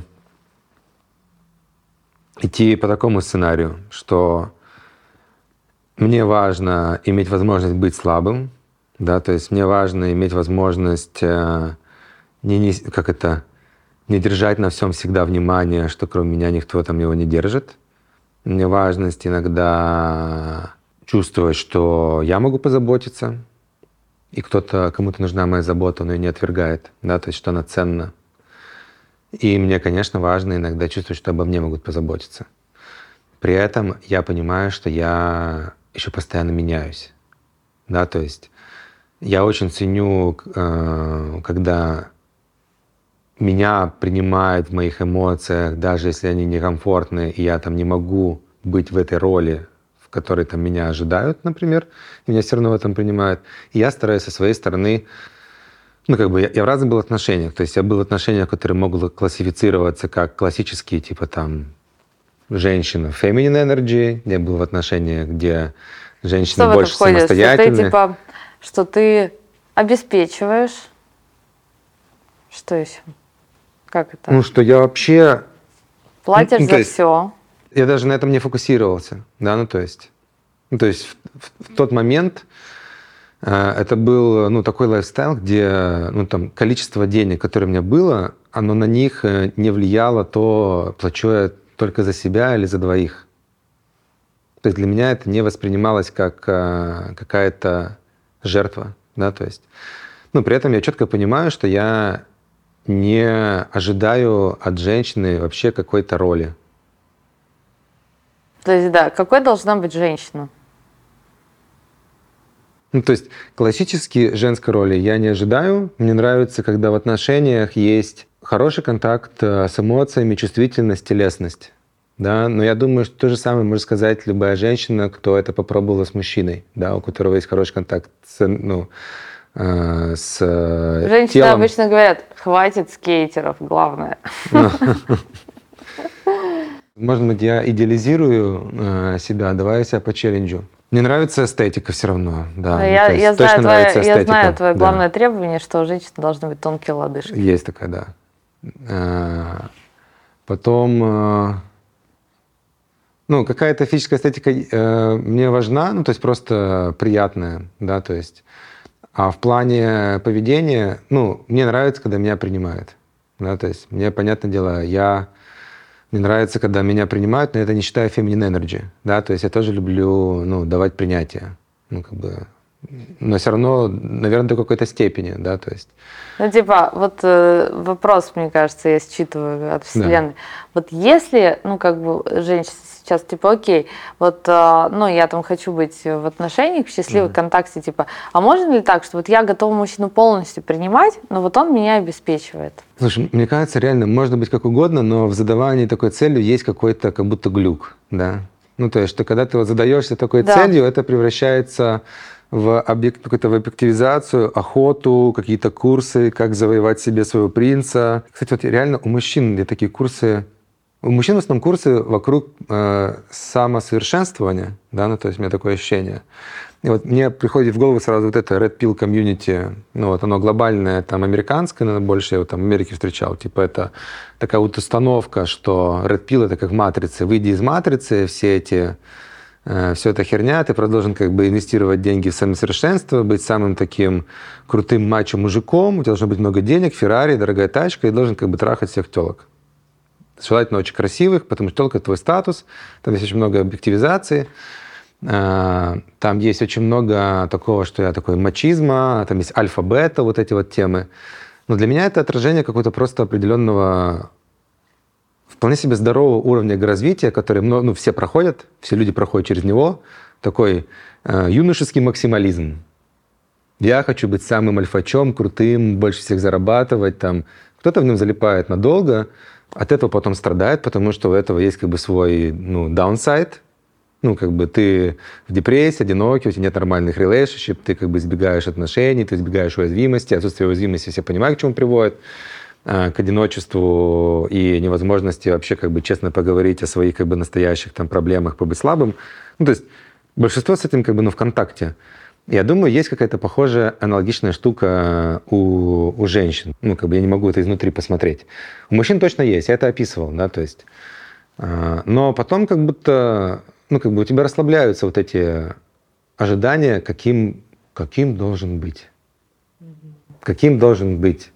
идти по такому сценарию, что мне важно иметь возможность быть слабым, да, то есть мне важно иметь возможность не держать на всем всегда внимание, что кроме меня никто там его не держит. Мне важность иногда чувствовать, что я могу позаботиться, и кому-то нужна моя забота, но ее не отвергает, да, то есть что она ценна. И мне, конечно, важно иногда чувствовать, что обо мне могут позаботиться. При этом я понимаю, что я еще постоянно меняюсь, да, то есть я очень ценю, когда меня принимают в моих эмоциях, даже если они некомфортные, и я там не могу быть в этой роли, в которой там меня ожидают, например, и меня все равно в этом принимают. И я стараюсь со своей стороны, ну, как бы я в разных был отношениях. То есть я был в отношениях, которые могут классифицироваться как классические, типа там женщина feminine energy. Я был в отношениях, где женщины больше самостоятельные. Что ты обеспечиваешь. Что еще? Как это? Ну, что я вообще... Платишь за все. Я даже на этом не фокусировался, да, ну то есть в тот момент это был, ну, такой лайфстайл, где, ну, там количество денег, которое у меня было, оно на них не влияло, то плачу я только за себя или за двоих. То есть для меня это не воспринималось как какая-то жертва, да, то есть, ну, при этом я четко понимаю, что я не ожидаю от женщины вообще какой-то роли. То есть, да, какой должна быть женщина? Ну, то есть классически женской роли я не ожидаю. Мне нравится, когда в отношениях есть хороший контакт с эмоциями, чувствительность, телесность. Да? Но я думаю, что то же самое может сказать любая женщина, кто это попробовала с мужчиной, да, у которого есть хороший контакт с, ну, с Женщины телом. обычно говорят, хватит скейтеров, главное. Может быть, я идеализирую себя, давай я себя почелленджу. Мне нравится эстетика все равно, да. Ну, Я точно нравится эстетика. я знаю твое да. главное требование, что у женщины должны быть тонкие лодыжки. Есть такая, да. Потом, ну, какая-то физическая эстетика мне важна, ну, то есть просто приятная, да, то есть. А в плане поведения, ну, мне нравится, когда меня принимают, да, то есть мне, понятное дело, мне нравится, когда меня принимают, но это не считая feminine energy, да, то есть я тоже люблю, ну, давать принятие, ну, как бы, но все равно, наверное, до какой-то степени, да, то есть. Ну, типа, вот вопрос, мне кажется, я считываю от Вселенной. Да. Вот если, ну, как бы, женщина сейчас, типа, окей, вот, ну, я там хочу быть в отношениях, в счастливом контакте, типа, а можно ли так, что вот я готова мужчину полностью принимать, но вот он меня обеспечивает? Слушай, мне кажется, реально, можно быть как угодно, но в задавании такой целью есть какой-то как будто глюк, да. Ну, то есть, что когда ты вот задаешься такой целью, это превращается в какую-то в объективизацию, охоту, какие-то курсы, как завоевать себе своего принца. Кстати, вот реально у мужчин где такие курсы. У мужчин в основном курсы вокруг самосовершенствования, да, ну, то есть у меня такое ощущение. И вот мне приходит в голову сразу вот это Red Pill комьюнити, ну вот оно глобальное, там американское, наверное, больше я его там в Америке встречал, типа это такая вот установка, что Red Pill это как в матрице, выйди из матрицы, все эта херня, ты должен как бы инвестировать деньги в самосовершенство, быть самым таким крутым мачо-мужиком, у тебя должно быть много денег, Феррари, дорогая тачка, и должен как бы трахать всех телок. Желательно очень красивых, потому что только твой статус, там есть очень много объективизации, там есть очень много такого, что я такой мачизма, там есть альфа-бета, вот эти вот темы. Но для меня это отражение какого-то просто определенного, вполне себе здорового уровня развития, который, ну, все проходят, все люди проходят через него, такой юношеский максимализм. Я хочу быть самым альфачом, крутым, больше всех зарабатывать, там. Кто-то в нем залипает надолго, от этого потом страдает, потому что у этого есть как бы свой, ну, downside. Ну, как бы ты в депрессии, одинокий, у тебя нет нормальных relationship, ты как бы избегаешь отношений, ты избегаешь уязвимости. Отсутствие уязвимости все понимают, к чему приводит. К одиночеству и невозможности вообще как бы честно поговорить о своих как бы настоящих там проблемах, побыть слабым. Ну, то есть большинство с этим как бы, ну, в контакте. Я думаю, есть какая-то похожая аналогичная штука у женщин. Ну, как бы я не могу это изнутри посмотреть. У мужчин точно есть, я это описывал, да, то есть. Но потом как будто, ну, как бы у тебя расслабляются вот эти ожидания, каким должен быть. Каким должен быть.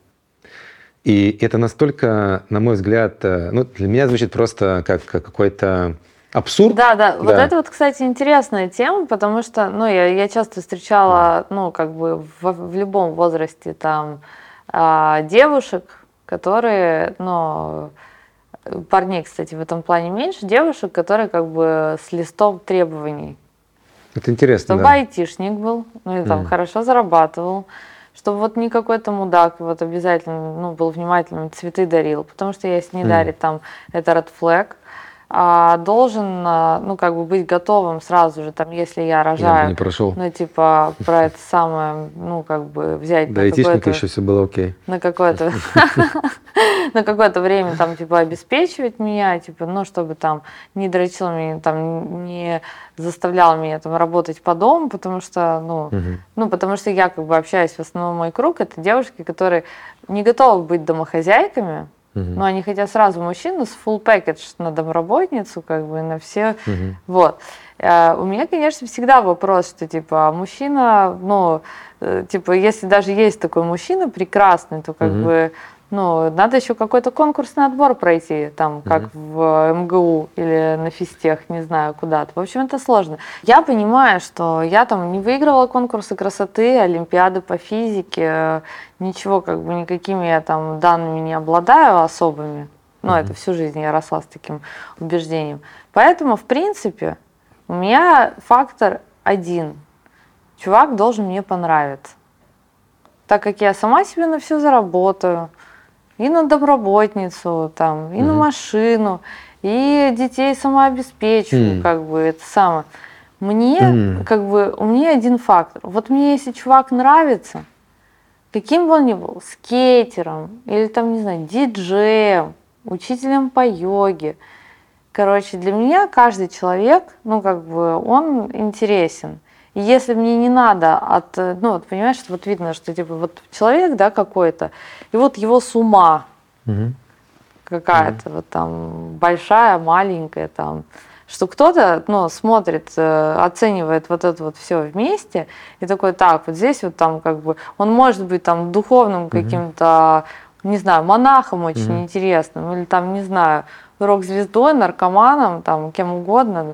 И это настолько, на мой взгляд, ну, для меня звучит просто как какой-то абсурд. Да. Вот это вот, кстати, интересная тема, потому что, ну, я часто встречала, ну, как бы в любом возрасте там девушек, которые, ну, парней, кстати, в этом плане меньше, девушек, которые как бы с листом требований. Это интересно, чтобы айтишник был, ну, и там хорошо зарабатывал, чтобы вот не какой-то мудак вот обязательно, ну, был внимательным, цветы дарил, потому что если не дарит, там, это red flag, а должен, ну, как бы быть готовым сразу же, там, если я рожаю, я не прошел. ну, типа, про это самое, ну, как бы взять да, айтишника еще все было окей. На какое-то на какое-то время, там, типа, обеспечивать меня, типа, ну, чтобы там не дрочил меня, там, не заставлял меня там работать по дому, потому что, ну, потому что я как бы общаюсь, в основном мой круг, это девушки, которые не готовы быть домохозяйками, но они хотят сразу мужчину с full package на домработницу, как бы, на все, вот. У меня, конечно, всегда вопрос, что, типа, мужчина, ну, типа, если даже есть такой мужчина прекрасный, то, как бы, ну, надо еще какой-то конкурсный отбор пройти, там, как в МГУ или на физтех, не знаю, куда-то. В общем, это сложно. Я понимаю, что я там не выигрывала конкурсы красоты, олимпиады по физике, ничего, как бы, никакими я там данными не обладаю особыми. Ну, это всю жизнь я росла с таким убеждением. Поэтому, в принципе, у меня фактор один. чувак должен мне понравиться. Так как я сама себе на все заработаю, и на домработницу, там, и на машину, и детей самообеспечиваю, как бы это самое. Мне, как бы, у меня один фактор. Вот мне, если чувак нравится, каким бы он ни был, скейтером, или там, не знаю, диджеем, учителем по йоге. Короче, для меня каждый человек, ну, как бы, он интересен. И если мне не надо ну, вот понимаешь, что вот видно, что типа вот человек, да, какой-то, и вот его сумма какая-то вот там большая, маленькая, там, что кто-то, ну, смотрит, оценивает вот это вот все вместе и такой, так, вот здесь вот там как бы, он может быть там духовным каким-то, не знаю, монахом очень интересным, или там, не знаю, рок-звездой, наркоманом, там, кем угодно,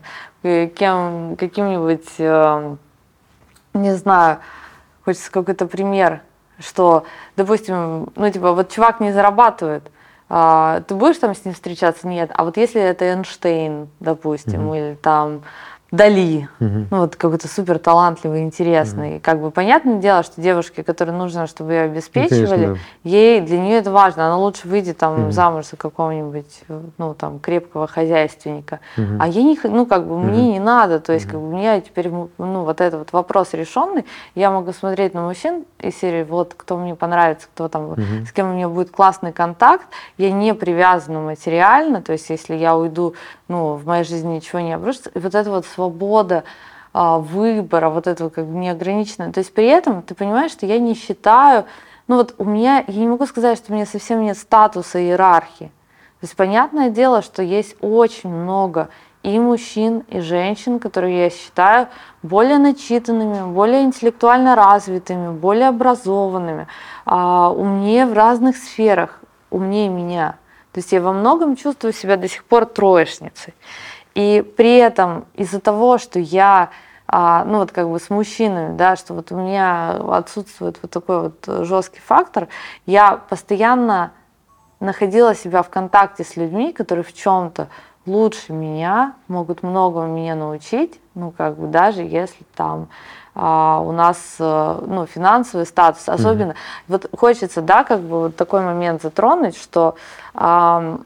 каким-нибудь, не знаю, хочется какой-то пример, что, допустим, ну, типа, вот чувак не зарабатывает, ты будешь там с ним встречаться? Нет. А вот если это Эйнштейн, допустим, или там Дали, ну вот какой-то супер талантливый, интересный. Как бы понятное дело, что девушке, которой нужно, чтобы ее обеспечивали, конечно, да. для нее это важно. Она лучше выйдет там замуж за какого-нибудь, ну там, крепкого хозяйственника. А я не, ну как бы мне не надо, то есть как бы у меня теперь, ну вот этот вот вопрос решенный, я могу смотреть на мужчин из серии, вот кто мне понравится, кто там, с кем у меня будет классный контакт, я не привязана материально, то есть если я уйду, ну в моей жизни ничего не обрушится, и вот это вот свобода выбора, вот этого как бы неограниченного. То есть при этом ты понимаешь, что я не считаю, ну вот у меня, я не могу сказать, что у меня совсем нет статуса иерархии. То есть понятное дело, что есть очень много и мужчин, и женщин, которые я считаю более начитанными, более интеллектуально развитыми, более образованными, умнее в разных сферах, умнее меня. То есть я во многом чувствую себя до сих пор троечницей. И при этом из-за того, что я, ну вот как бы с мужчинами, да, что вот у меня отсутствует вот такой вот жесткий фактор, я постоянно находила себя в контакте с людьми, которые в чем-то лучше меня, могут многому меня научить, ну как бы даже если там у нас, ну, финансовый статус, особенно, вот хочется, да, как бы вот такой момент затронуть, что, ну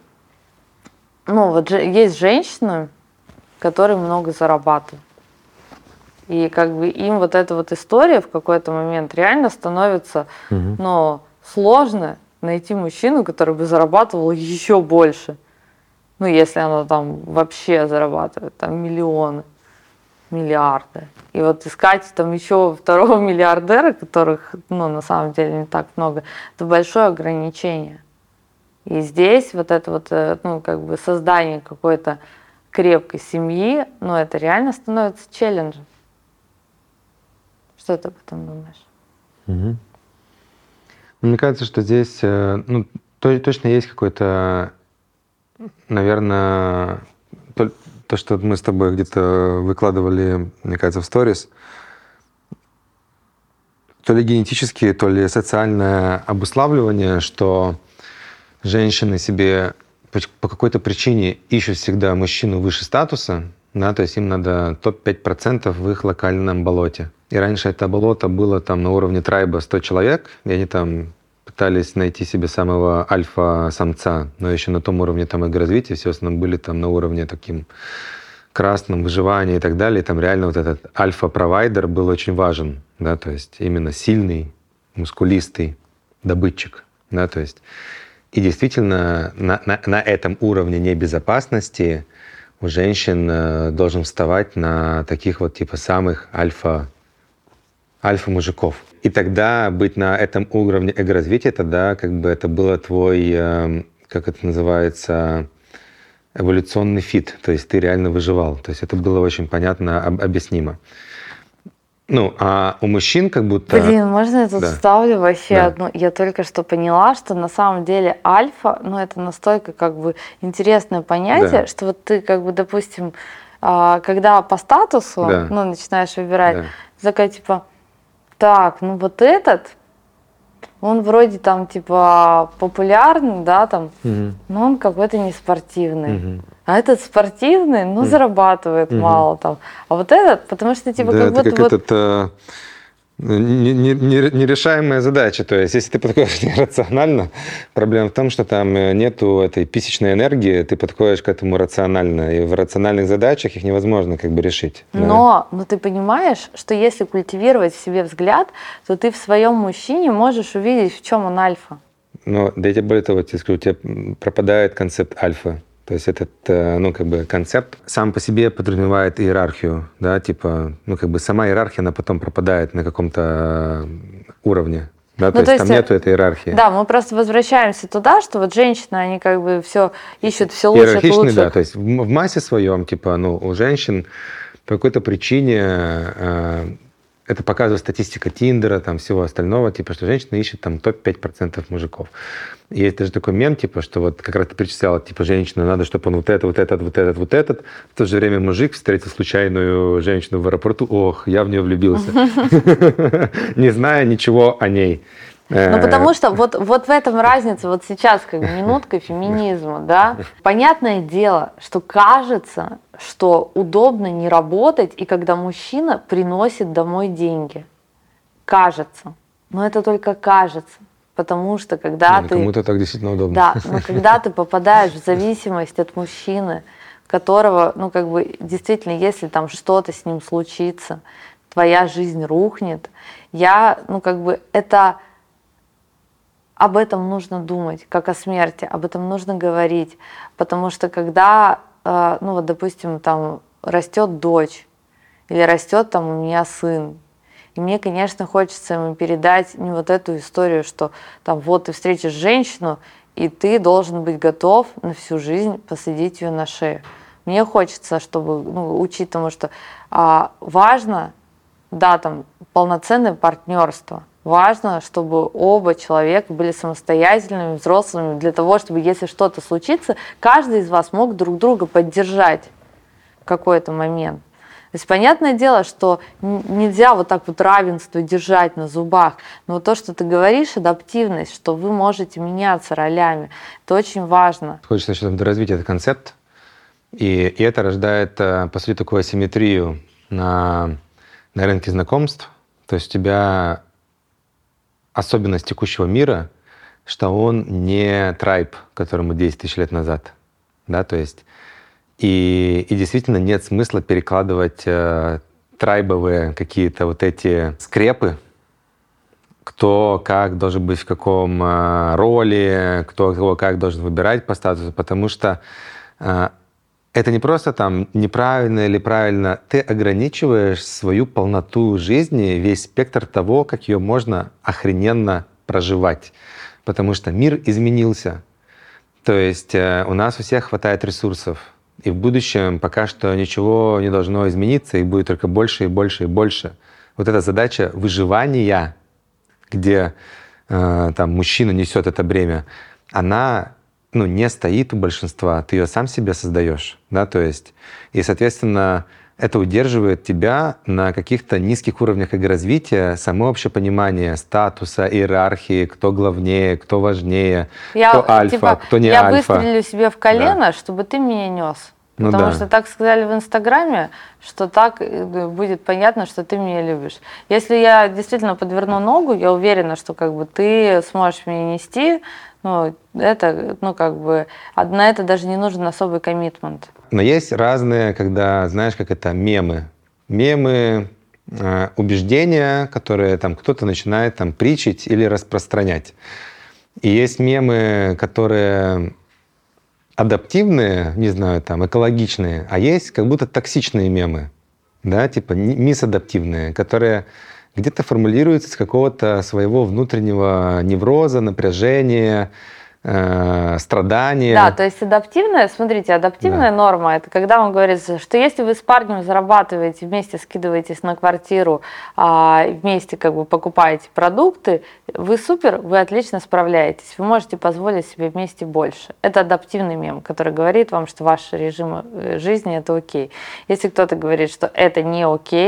вот есть женщины, которые много зарабатывают. И как бы им вот эта вот история в какой-то момент реально становится, ну, сложно найти мужчину, который бы зарабатывал еще больше. Ну, если она там вообще зарабатывает там миллионы, миллиарды. И вот искать там еще второго миллиардера, которых, ну, на самом деле не так много, это большое ограничение. И здесь вот это вот, ну, как бы создание какой-то крепкой семьи, ну, это реально становится челленджем. Что ты об этом думаешь? Мне кажется, что здесь, ну, точно есть какой-то, наверное, то, что мы с тобой где-то выкладывали, мне кажется, в сторис, то ли генетически, то ли социальное обуславливание, что женщины себе по какой-то причине ищут всегда мужчину выше статуса, да, то есть им надо топ-5% в их локальном болоте. И раньше это болото было там на уровне трайба 100 человек, и они там пытались найти себе самого альфа-самца, но еще на том уровне там эго-развития, все в основном были там на уровне таким красном, выживания и так далее. И там реально вот этот альфа-провайдер был очень важен, да, то есть именно сильный, мускулистый добытчик, да, то есть. И действительно на этом уровне небезопасности у женщин должен вставать на таких вот типа самых альфа-мужиков. И тогда быть на этом уровне эго-развития, тогда как бы это было твой, как это называется, эволюционный фит, то есть ты реально выживал. То есть это было очень понятно, объяснимо. Ну, а у мужчин как будто... Блин, можно я тут вставлю вообще одну? Я только что поняла, что на самом деле альфа, ну, это настолько как бы интересное понятие, что вот ты как бы, допустим, когда по статусу, ну, начинаешь выбирать, такая типа, так, ну вот этот, он вроде там типа популярный, да, там, но он какой-то неспортивный. а этот спортивный, ну, зарабатывает мало там. А вот этот, потому что типа Да, как это будто как вот... этот нерешаемая задача. То есть, если ты подходишь нерационально, проблема в том, что там нету этой писечной энергии, ты подходишь к этому рационально. И в рациональных задачах их невозможно как бы решить. Но ты понимаешь, что если культивировать в себе взгляд, то ты в своем мужчине можешь увидеть, в чем он альфа. Но да, я тебе более того, тебе скажу, у тебя пропадает концепт альфа. То есть этот, ну, как бы концепт сам по себе подразумевает иерархию, да, типа, ну, как бы сама иерархия, она потом пропадает на каком-то уровне, да, то есть там нету этой иерархии. Да, мы просто возвращаемся туда, что вот женщины, они как бы все ищут все лучше, иерархичный, лучше. да, то есть в массе своем, типа, ну, у женщин по какой-то причине это показывает статистика Тиндера, там, всего остального, типа, что женщины ищут там топ-5% мужиков. И есть даже такой мем, типа, что вот как раз ты перечисляла, типа, женщину, надо, чтобы он вот этот. В то же время мужик встретил случайную женщину в аэропорту, ох, я в нее влюбился, не зная ничего о ней. Ну, потому что вот в этом разница, вот сейчас как бы минутка феминизма, да. Понятное дело, что кажется, что удобно не работать, и когда мужчина приносит домой деньги. Кажется. Но это только кажется. Потому что когда ты... Кому-то так действительно удобно. Да, но когда ты попадаешь в зависимость от мужчины, которого, ну, как бы, действительно, если там что-то с ним случится, твоя жизнь рухнет, ну, как бы, это... Об этом нужно думать, как о смерти, об этом нужно говорить, потому что когда, ну вот, допустим, там растет дочь или растет там у меня сын, и мне, конечно, хочется ему передать не вот эту историю, что там вот ты встретишь женщину, и ты должен быть готов на всю жизнь посадить ее на шею. Мне хочется, чтобы, ну, учить тому, что важно, да, там полноценное партнерство. Важно, чтобы оба человека были самостоятельными, взрослыми, для того, чтобы, если что-то случится, каждый из вас мог друг друга поддержать в какой-то момент. То есть, понятное дело, что нельзя вот так вот равенство держать на зубах, но то, что ты говоришь, адаптивность, что вы можете меняться ролями, это очень важно. Хочется еще доразвить этот концепт, и это рождает, по сути, такую асимметрию на рынке знакомств. То есть у тебя особенность текущего мира, что он не трайб, которому 10 тысяч лет назад. Да, то есть и действительно нет смысла перекладывать трайбовые какие-то вот эти скрепы, кто как должен быть в каком роли, кто кого как должен выбирать по статусу, потому что это не просто там неправильно или правильно, ты ограничиваешь свою полноту жизни, весь спектр того, как ее можно охрененно проживать. Потому что мир изменился. То есть у нас у всех хватает ресурсов. И в будущем пока что ничего не должно измениться, их будет только больше и больше и больше. Вот эта задача выживания, где там мужчина несет это бремя, она не стоит у большинства, ты ее сам себе создаешь, да, то есть, и, соответственно, это удерживает тебя на каких-то низких уровнях развития, само общее понимание статуса, иерархии, кто главнее, кто важнее, кто альфа, кто не альфа. Я выстрелю себе в колено, да, чтобы ты меня нес. Потому что так сказали в Инстаграме, что так будет понятно, что ты меня любишь. Если я действительно подверну ногу, я уверена, что как бы ты сможешь меня нести. Это, на это даже не нужен особый коммитмент. Но есть разные, когда, знаешь, как это, мемы. Мемы, убеждения, которые там кто-то начинает там притчить или распространять. И есть мемы, которые адаптивные, не знаю, там, экологичные, а есть как будто токсичные мемы, да, типа мисадаптивные, которые где-то формулируются с какого-то своего внутреннего невроза, напряжения, страдания. Да, то есть адаптивная, смотрите, адаптивная норма, это когда он говорит, что если вы с парнем зарабатываете, вместе скидываетесь на квартиру, вместе как бы покупаете продукты, вы супер, вы отлично справляетесь, вы можете позволить себе вместе больше. Это адаптивный мем, который говорит вам, что ваш режим жизни это окей. Если кто-то говорит, что это не окей,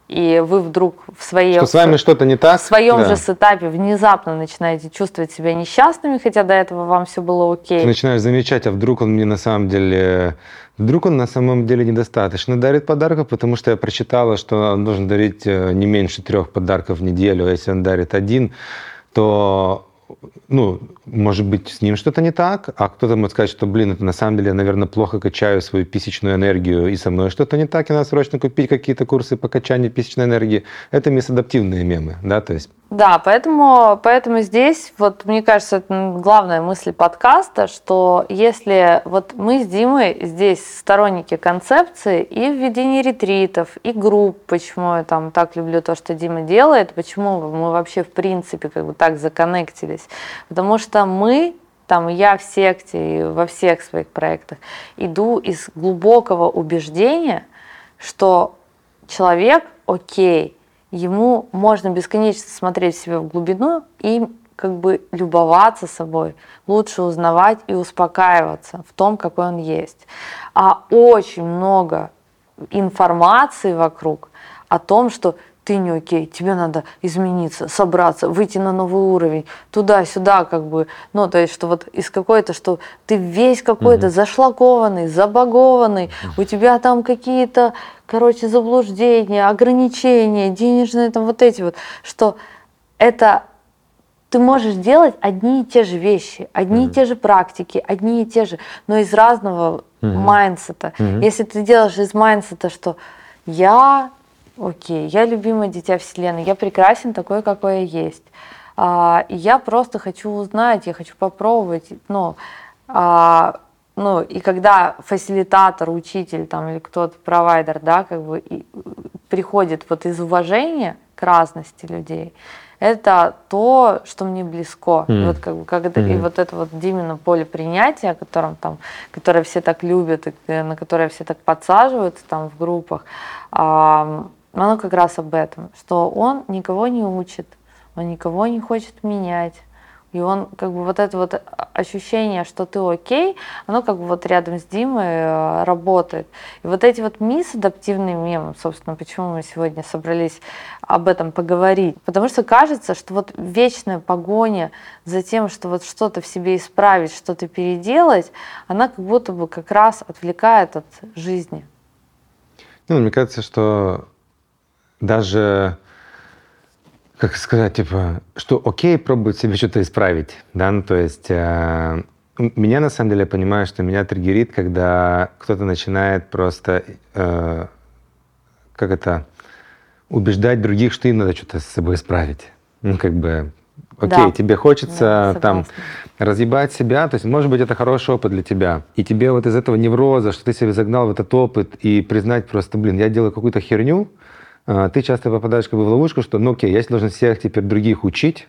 и вы вдруг в своей... Что с вами что-то не так? В своем Да. же сетапе внезапно начинаете чувствовать себя несчастными, хотя до этого вам все было окей. Ты начинаешь замечать, а вдруг он мне на самом деле... Вдруг он на самом деле недостаточно дарит подарков, потому что я прочитала, что он должен дарить не меньше 3 подарков в неделю, а если он дарит 1, то, ну, может быть, с ним что-то не так, а кто-то может сказать, что, блин, это на самом деле я, наверное, плохо качаю свою писечную энергию, и со мной что-то не так, и надо срочно купить какие-то курсы по качанию писечной энергии. Это мисадаптивные мемы, да, то есть... Да, поэтому здесь, вот мне кажется, это главная мысль подкаста, что если вот мы с Димой здесь сторонники концепции и введения ретритов, и групп, почему я там так люблю то, что Дима делает, почему мы вообще в принципе как бы так законнектились, потому что мы, там я в секте и во всех своих проектах иду из глубокого убеждения, что человек окей, ему можно бесконечно смотреть себе в глубину и как бы любоваться собой, лучше узнавать и успокаиваться в том, какой он есть. А очень много информации вокруг о том, что ты не окей, тебе надо измениться, собраться, выйти на новый уровень, туда-сюда, как бы, ну, то есть, что вот из какой-то, что ты весь какой-то зашлакованный, забагованный, у тебя там какие-то, короче, заблуждения, ограничения, денежные там вот эти вот, что это ты можешь делать одни и те же вещи, одни и те же практики, одни и те же, но из разного майндсета. Если ты делаешь из майндсета, что окей, я любимое дитя Вселенной, я прекрасен такой, какой я есть. И я просто хочу узнать, я хочу попробовать. И когда фасилитатор, учитель там, или кто-то, провайдер, да, как бы приходит вот из уважения к разности людей, это то, что мне близко. И вот, как бы, и вот это вот Димино поле принятия, которое все так любят, и на которое все так подсаживаются там в группах, оно как раз об этом, что он никого не учит, он никого не хочет менять. И он, как бы, вот это вот ощущение, что ты окей, оно как бы вот рядом с Димой работает. И вот эти вот мисс-адаптивные мемы, собственно, почему мы сегодня собрались об этом поговорить. Потому что кажется, что вот вечная погоня за тем, что вот что-то в себе исправить, что-то переделать, она как будто бы как раз отвлекает от жизни. Ну, мне кажется, что даже, как сказать, типа, что окей пробовать себе что-то исправить, да, ну, то есть меня, на самом деле, я понимаю, что меня триггерит, когда кто-то начинает просто, убеждать других, что им надо что-то с собой исправить. Ну, как бы, окей, Да. тебе хочется Да, там согласна. разъебать себя, то есть, может быть, это хороший опыт для тебя. И тебе вот из этого невроза, что ты себя загнал в этот опыт, и признать просто, блин, я делаю какую-то херню, ты часто попадаешь как бы в ловушку, что, ну окей, я должен всех теперь других учить,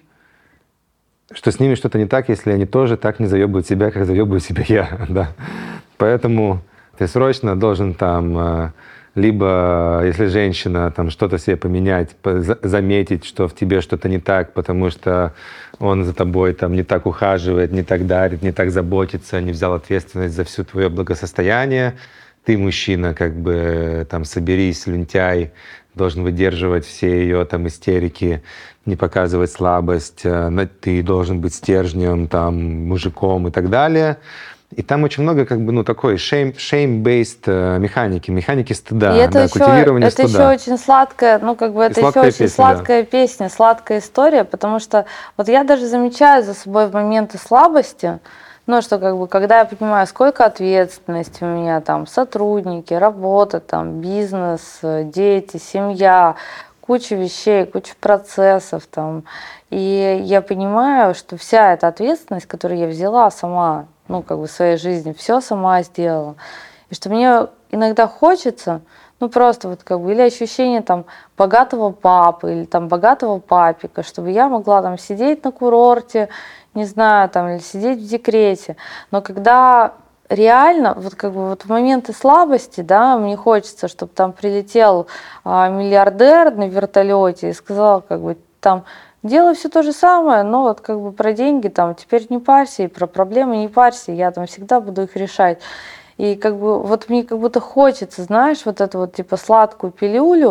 что с ними что-то не так, если они тоже так не заебывают себя, как заебываю себя я. Да. Поэтому ты срочно должен там, либо, если женщина, там что-то себе поменять, заметить, что в тебе что-то не так, потому что он за тобой там не так ухаживает, не так дарит, не так заботится, не взял ответственность за все твое благосостояние. Ты, мужчина, как бы там соберись, лентяй, должен выдерживать все ее там истерики, не показывать слабость, ты должен быть стержнем, там, мужиком и так далее. И там очень много как бы, ну, такой shame-based механики стыда, И это культивирования еще стыда. очень сладкая, ну, как бы это еще сладкая очень песня, сладкая песня, сладкая история, потому что вот я даже замечаю за собой в моменты слабости, ну, что как бы, когда я понимаю, сколько ответственности у меня, там, сотрудники, работа, там, бизнес, дети, семья, куча вещей, куча процессов, там, и я понимаю, что вся эта ответственность, которую я взяла сама, ну, как бы в своей жизни, все сама сделала, и что мне иногда хочется, ну, просто вот как бы, или ощущение там богатого папы, или там богатого папика, чтобы я могла там сидеть на курорте, не знаю, там, или сидеть в декрете. Но когда реально, вот как бы вот в моменты слабости, да, мне хочется, чтобы там прилетел миллиардер на вертолете и сказал, как бы, там, делай все то же самое, но вот как бы про деньги там теперь не парься, и про проблемы не парься, я там всегда буду их решать. И как бы вот мне как будто хочется, знаешь, вот эту вот типа сладкую пилюлю,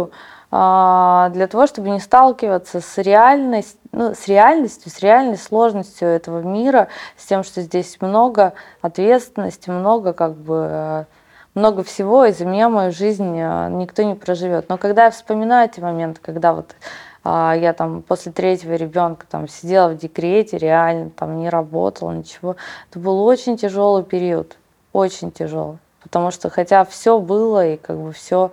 для того, чтобы не сталкиваться с реальностью, с реальной сложностью этого мира, с тем, что здесь много ответственности, много много всего, и за меня мою жизнь никто не проживет. Но когда я вспоминаю эти моменты, когда вот я там после 3-го ребенка там сидела в декрете, реально там не работала, ничего, это был очень тяжелый период, очень тяжелый. Потому что хотя все было, и все,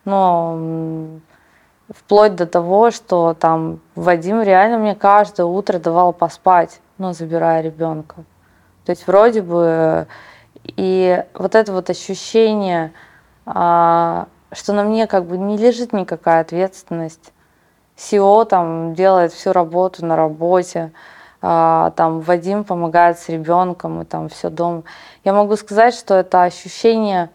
но вплоть до того, что там Вадим реально мне каждое утро давал поспать, забирая ребенка. То есть вроде бы и вот это вот ощущение, что на мне не лежит никакая ответственность. СИО там делает всю работу на работе, там Вадим помогает с ребенком, и там все дома. Я могу сказать, что это ощущение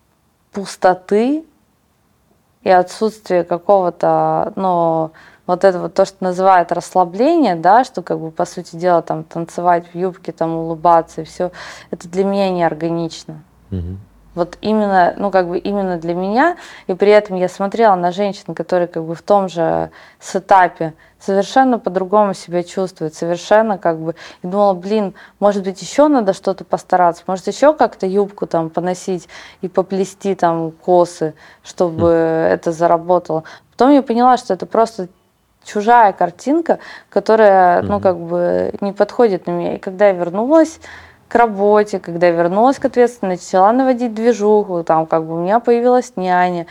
пустоты и отсутствие какого-то, вот это вот то, что называют расслабление, да, что по сути дела там танцевать в юбке, там улыбаться и все, это для меня неорганично. Вот именно, именно для меня, и при этом я смотрела на женщин, которые в том же сетапе совершенно по-другому себя чувствуют, совершенно и думала, может быть, еще надо что-то постараться, может, еще как-то юбку там поносить и поплести там косы, чтобы это заработало. Потом я поняла, что это просто чужая картинка, которая, не подходит на меня. И когда я вернулась к работе, когда я вернулась к ответственности, начала наводить движуху, там у меня появилась няня,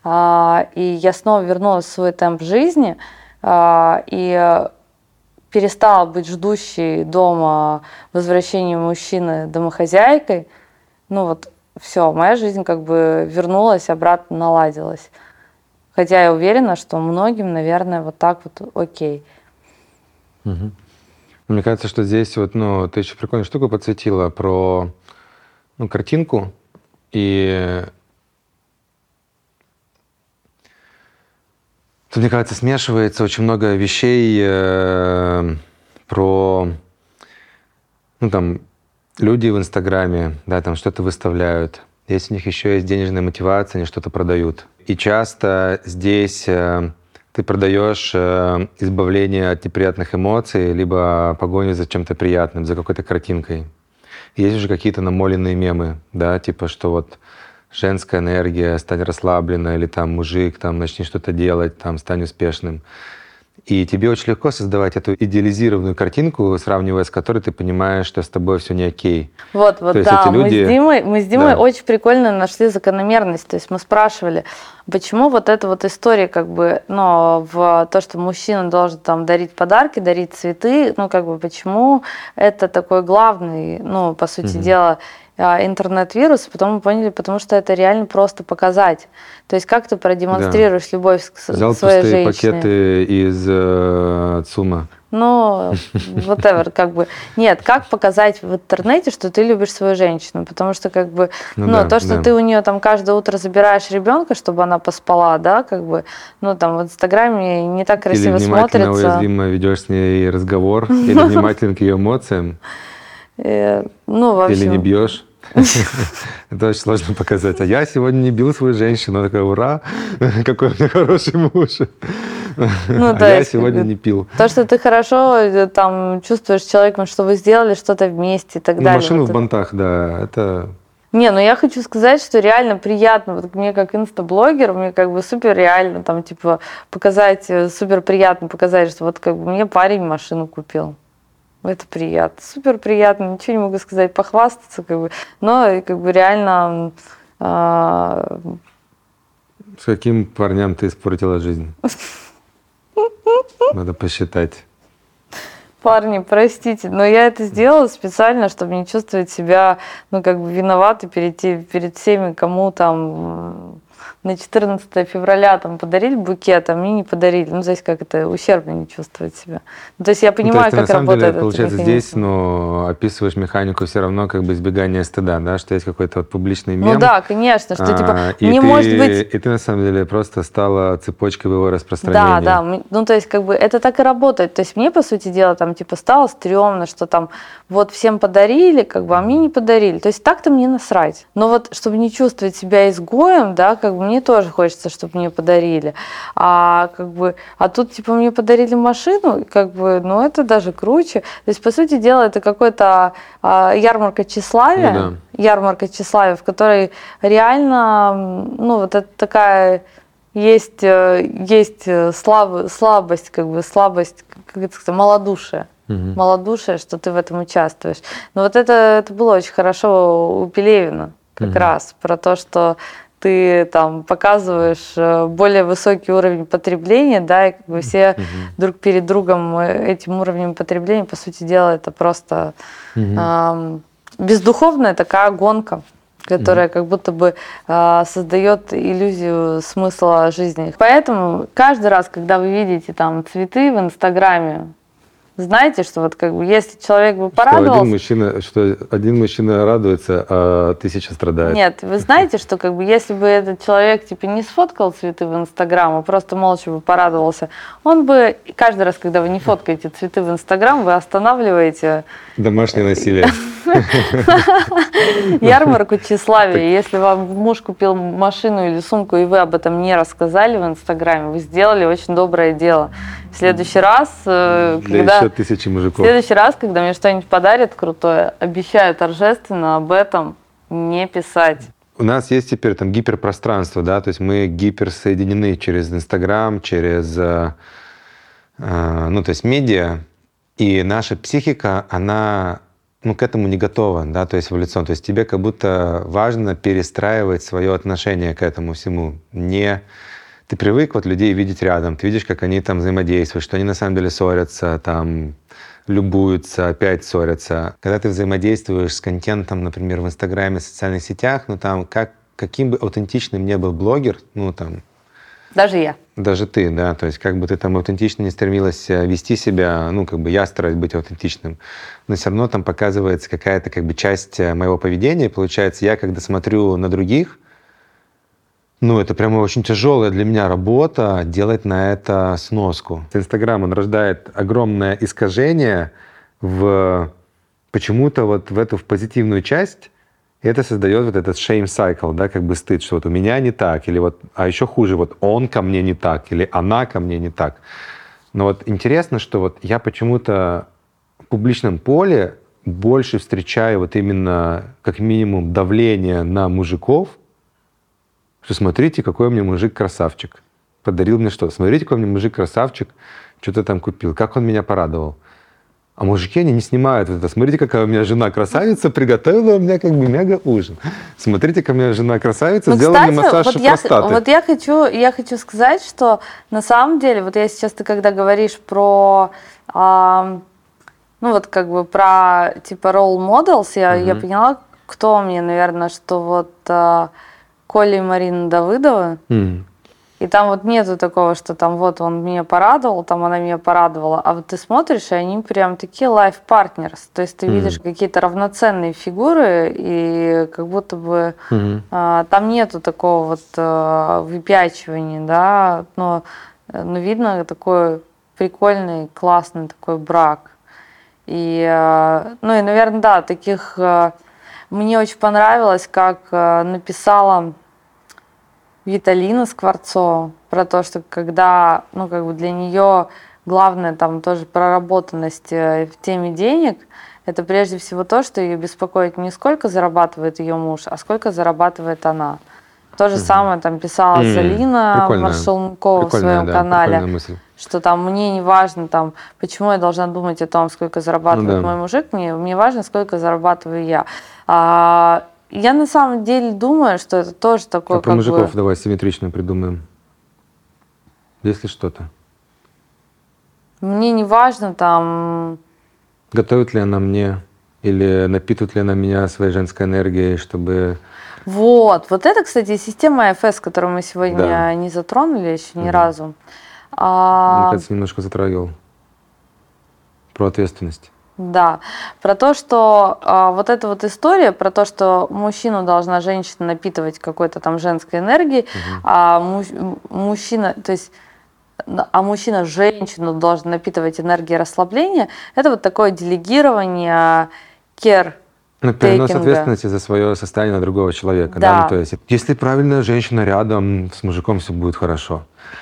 и я снова вернулась в свой темп жизни, и перестала быть ждущей дома возвращения мужчины домохозяйкой, все, моя жизнь вернулась, обратно наладилась. Хотя я уверена, что многим, наверное, вот так вот окей. Мне кажется, что здесь ты еще прикольную штуку подсветила про картинку. И тут, мне кажется, смешивается очень много вещей про люди в Инстаграме, да, там что-то выставляют. Здесь у них еще есть денежная мотивация, они что-то продают. И часто здесь ты продаешь избавление от неприятных эмоций, либо погоню за чем-то приятным, за какой-то картинкой. Есть уже какие-то намоленные мемы, да, типа, что вот женская энергия, стань расслабленной, или там мужик, там начни что-то делать, там стань успешным. И тебе очень легко создавать эту идеализированную картинку, сравнивая с которой ты понимаешь, что с тобой все не окей. Вот, да, мы с Димой очень прикольно нашли закономерность. То есть мы спрашивали, почему вот эта вот история, в то, что мужчина должен там дарить подарки, дарить цветы, почему это такой главный, по сути дела, интернет-вирус, потом мы поняли, потому что это реально просто показать. То есть как ты продемонстрируешь любовь к своей женщине. Взял пустые пакеты из ЦУМа. Whatever, Нет, как показать в интернете, что ты любишь свою женщину, потому что то, что ты у нее там каждое утро забираешь ребенка, чтобы она поспала, да, в Инстаграме не так красиво смотрится. Или внимательно, уязвимо ведешь с ней разговор, или внимательно к ее эмоциям, в общем... или не бьешь. Это очень сложно показать. А я сегодня не бил свою женщину. Она такая, ура, какой у меня хороший муж. Я сегодня не пил. То, что ты хорошо там чувствуешь с человеком, что вы сделали что-то вместе и так далее. Машину в бантах, да, это... Не, я хочу сказать, что реально приятно. Вот мне как инстаблогеру, мне супер реально там показать, супер приятно показать, что мне парень машину купил. Это приятно, супер приятно, ничего не могу сказать, похвастаться, но реально... С каким парням ты испортила жизнь? Надо посчитать. Парни, простите, но я это сделала специально, чтобы не чувствовать себя, виноватой перед всеми, кому там на 14 февраля там подарили букет, а мне не подарили. То есть как это ущербно не чувствовать себя. То есть я понимаю, как работает деле, получается, здесь, описываешь механику все равно избегания стыда, да, что есть какой-то публичный мем. Да, конечно, что может быть... И ты на самом деле просто стала цепочкой его распространения. Да, то есть это так и работает. То есть мне, по сути дела, там стало стрёмно, что там вот всем подарили, а мне не подарили. То есть так-то мне насрать. Но вот чтобы не чувствовать себя изгоем, да, как бы мне тоже хочется, чтобы мне подарили. А тут типа мне подарили машину, как бы, ну это даже круче. То есть, по сути дела, это какой-то ярмарка тщеславия, Ну ярмарка тщеславия, в которой реально, ну вот это такая есть слабость, как это сказать, малодушие. Малодушие, что ты в этом участвуешь. Но вот это было очень хорошо у Пелевина как раз, про то, что ты там показываешь более высокий уровень потребления, да, и как бы все друг перед другом этим уровнем потребления, по сути дела, это просто бездуховная такая гонка, которая как будто бы создает иллюзию смысла жизни. Поэтому каждый раз, когда вы видите там цветы в Инстаграме, знаете, что вот как бы если человек бы порадовался... Что один мужчина радуется, а 1000 страдает. Нет, вы знаете, что как бы если бы этот человек типа не сфоткал цветы в Инстаграм, а просто молча бы порадовался, он бы каждый раз, когда вы не фоткаете цветы в Инстаграм, вы останавливаете... Домашнее насилие. Ярмарку тщеславия. Если вам муж купил машину или сумку, и вы об этом не рассказали в Инстаграме, вы сделали очень доброе дело. В следующий раз, Для еще 1000 мужиков. В следующий раз, когда мне что-нибудь подарят крутое, обещаю торжественно об этом не писать. У нас есть теперь там гиперпространство, да, то есть мы гиперсоединены через Инстаграм, через, ну, то есть медиа, и наша психика, она, ну, к этому не готова, да, то есть эволюционно. То есть тебе как будто важно перестраивать свое отношение к этому всему. Ты привык вот людей видеть рядом, ты видишь, как они там взаимодействуют, что они на самом деле ссорятся, там любуются, опять ссорятся. Когда ты взаимодействуешь с контентом, например, в Инстаграме, в социальных сетях, ну там каким бы аутентичным ни был блогер, ну там... Даже я. Даже ты, да, то есть как бы ты там аутентично не стремилась вести себя, ну как бы я стараюсь быть аутентичным, но все равно там показывается какая-то как бы часть моего поведения. Получается, я когда смотрю на других, ну, это прямо очень тяжелая для меня работа делать на это сноску. Инстаграм, он рождает огромное искажение почему-то вот в позитивную часть, и это создает вот этот shame cycle, да, как бы стыд, что вот у меня не так, или вот, а еще хуже, вот он ко мне не так, или она ко мне не так. Но вот интересно, что вот я почему-то в публичном поле больше встречаю вот именно как минимум давление на мужиков, что смотрите, какой у меня мужик-красавчик. Подарил мне что? Смотрите, какой у меня мужик-красавчик, что-то там купил. Как он меня порадовал. А мужики, они не снимают это. Смотрите, какая у меня жена-красавица, приготовила у меня как бы мега-ужин. Смотрите, какая у меня жена-красавица, сделала мне массаж простаты. Вот я хочу сказать, что на самом деле, вот я сейчас, ты когда говоришь про... ну вот как бы про типа role models, я поняла, кто мне, наверное, что вот... Коля и Марина Давыдова. И там вот нету такого, что там вот он меня порадовал, там она меня порадовала. А вот ты смотришь, и они прям такие life partners. То есть ты видишь какие-то равноценные фигуры, и как будто бы там нету такого вот выпячивания, да. Но видно такой прикольный, классный такой брак. И, ну и, наверное, да, таких... Мне очень понравилось, как написала Виталина Скворцова про то, что когда, ну, как бы для нее главное там тоже проработанность в теме денег, это прежде всего то, что ее беспокоит не сколько зарабатывает ее муж, а сколько зарабатывает она. То же самое там писала Залина Маршалкова в своем канале, что там мне не важно, там, почему я должна думать о том, сколько зарабатывает мой мужик, мне важно, сколько зарабатываю я. Я на самом деле думаю, что это тоже такое... про мужиков давай симметрично придумаем. Есть ли что-то? Мне не важно там... Готовит ли она мне или напитывает ли она меня своей женской энергией, чтобы... Вот это, кстати, система АФС, которую мы сегодня не затронули еще ни разу. Мне кажется, немножко затрагивал. Про ответственность. Да, про то, что вот эта вот история, про то, что мужчину должна женщина напитывать какой-то там женской энергией, а мужчина, то есть, а мужчина женщину должен напитывать энергией расслабления, это вот такое делегирование care Ну, перенос тейкинга. ответственности за свое состояние на другого человека. Да. Ну, то есть, если правильная женщина рядом, с мужиком все будет хорошо.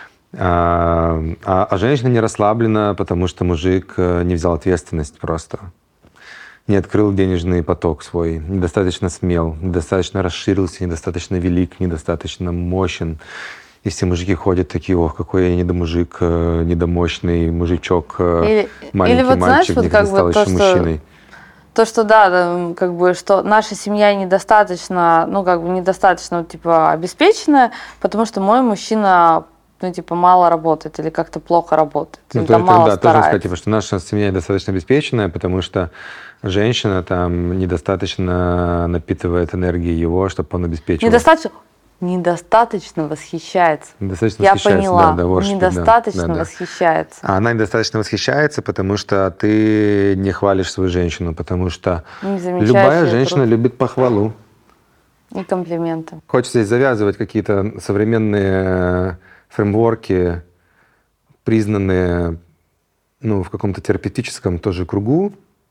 А женщина не расслаблена, потому что мужик не взял ответственность просто. Не открыл денежный поток свой, недостаточно смел, недостаточно расширился, недостаточно велик, недостаточно мощен. И все мужики ходят такие: ох, какой я недомужик, недомощный мужичок, маленький вот, знаешь, мальчик, вот никогда не как бы стал то, еще мужчиной. То, что да, как бы, что наша семья недостаточно, ну, как бы недостаточно, типа, обеспеченная, потому что мой мужчина, ну, типа, мало работает или как-то плохо работает, Ну, или то там есть, мало да, тоже старается. сказать, типа, что наша семья недостаточно обеспеченная, потому что женщина там недостаточно напитывает энергией его, чтобы он обеспечил. Недостаточно восхищается. Недостаточно Я восхищается, поняла, да, вот что, недостаточно да. восхищается. А она недостаточно восхищается, потому что ты не хвалишь свою женщину, потому что Не замечаешь любая её женщина труд. любит похвалу. И комплименты. Хочется здесь завязывать какие-то современные фреймворки, признанные, ну, в каком-то терапевтическом тоже кругу,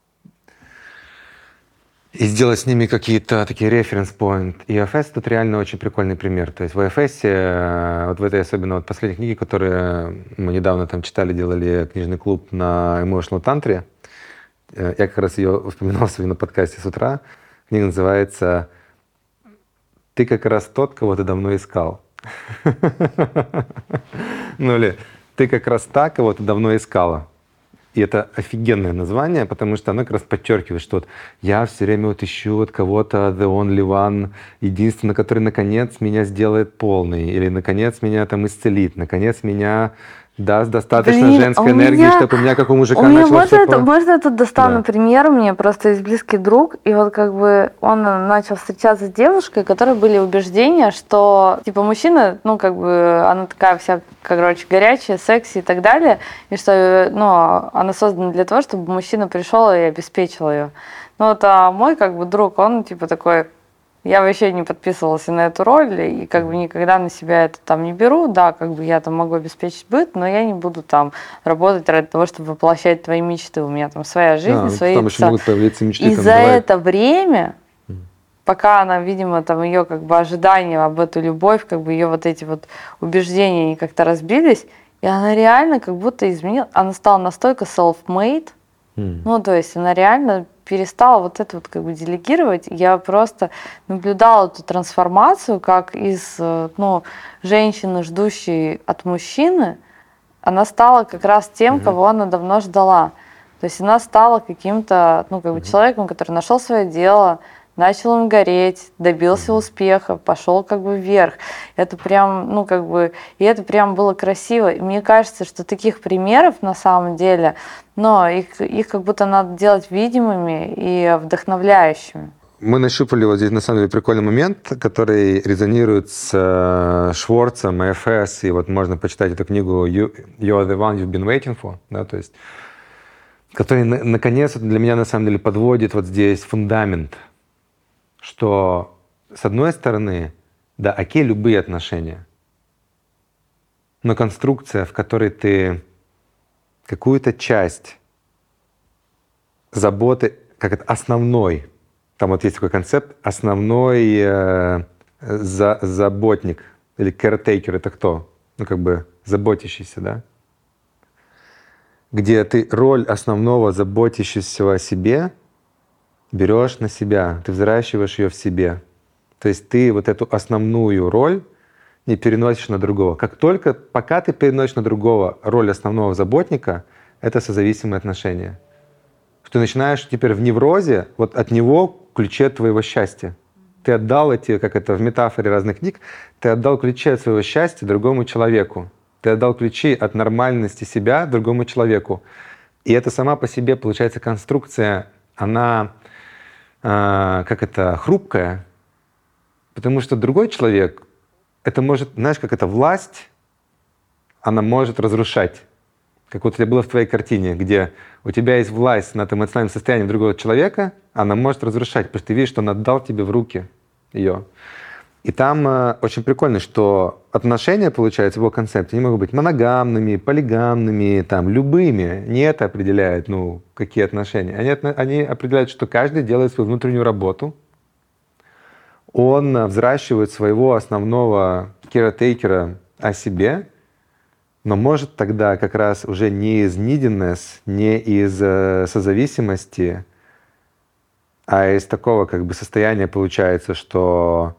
и сделать с ними какие-то такие референс-поинт. И АФС тут реально очень прикольный пример. То есть в АФС, вот в этой особенно вот последней книге, которую мы недавно там читали, делали книжный клуб на Emotional Tantra, я как раз ее вспоминал сегодня на подкасте с утра. Книга называется «Ты как раз тот, кого ты давно искал». Ну или «Ты как раз та, кого ты давно искала». И это офигенное название, потому что оно как раз подчеркивает, что вот я все время вот ищу вот кого-то the only one, единственный, который наконец меня сделает полной, или наконец меня там исцелит, наконец меня даст достаточно женской энергии, чтобы у меня как у мужика начало все Можно я тут достану пример? У меня просто есть близкий друг, и вот как бы он начал встречаться с девушкой, у которой были убеждения, что типа мужчина, ну как бы она такая вся, короче, горячая, секси и так далее, и что, ну, она создана для того, чтобы мужчина пришел и обеспечил ее. Ну вот, а мой как бы друг, он типа такой: я вообще не подписывался на эту роль и как бы никогда на себя это там не беру. Да, как бы я там могу обеспечить быт, но я не буду там работать ради того, чтобы воплощать твои мечты. У меня там своя жизнь, свои... Там еще могут появиться мечты. И за это время, пока она, видимо, там ее как бы ожидания об эту любовь, как бы ее вот эти вот убеждения, они как-то разбились, и она реально как будто изменилась. Она стала настолько self-made, ну, то есть она реально перестала вот это вот как бы делегировать. Я просто наблюдала эту трансформацию, как из, ну, женщины, ждущей от мужчины, она стала как раз тем, кого она давно ждала. То есть она стала каким-то, ну, как бы человеком, который нашел свое дело, начал им гореть, добился успеха, пошел как бы вверх. Это прям, ну, как бы, и это прям было красиво. И мне кажется, что таких примеров на самом деле, но их как будто надо делать видимыми и вдохновляющими. Мы нащупали вот здесь на самом деле прикольный момент, который резонирует с Шварцем, АФС, и вот можно почитать эту книгу «You are the one you've been waiting for», да, то есть, который наконец для меня на самом деле подводит вот здесь фундамент, что с одной стороны, да, окей, любые отношения, но конструкция, в которой ты какую-то часть заботы, как это основной, там вот есть такой концепт, основной заботник или caretaker — это кто? Ну, как бы заботящийся, да? Где ты роль основного заботящегося о себе берешь на себя, ты взращиваешь ее в себе. То есть ты вот эту основную роль не переносишь на другого. Как только, пока ты переносишь на другого роль основного заботника, это созависимые отношения. Ты начинаешь теперь в неврозе вот от него ключи от твоего счастья. Ты отдал эти, как это в метафоре разных книг, ты отдал ключи от своего счастья другому человеку. Ты отдал ключи от нормальности себя другому человеку. И это сама по себе, получается, конструкция, она как это, хрупкая, потому что другой человек, это может, знаешь, как это власть, она может разрушать. Как вот у тебя было в твоей картине, где у тебя есть власть над эмоциональным состоянием другого человека, она может разрушать, потому что ты видишь, что он отдал тебе в руки ее. И там очень прикольно, что отношения, получается, в его концепте, они могут быть моногамными, полигамными, там, любыми. Не это определяет, ну, какие отношения. Они определяют, что каждый делает свою внутреннюю работу. Он взращивает своего основного caretaker о себе, но может тогда как раз уже не из neediness, не из созависимости, а из такого как бы состояния получается, что,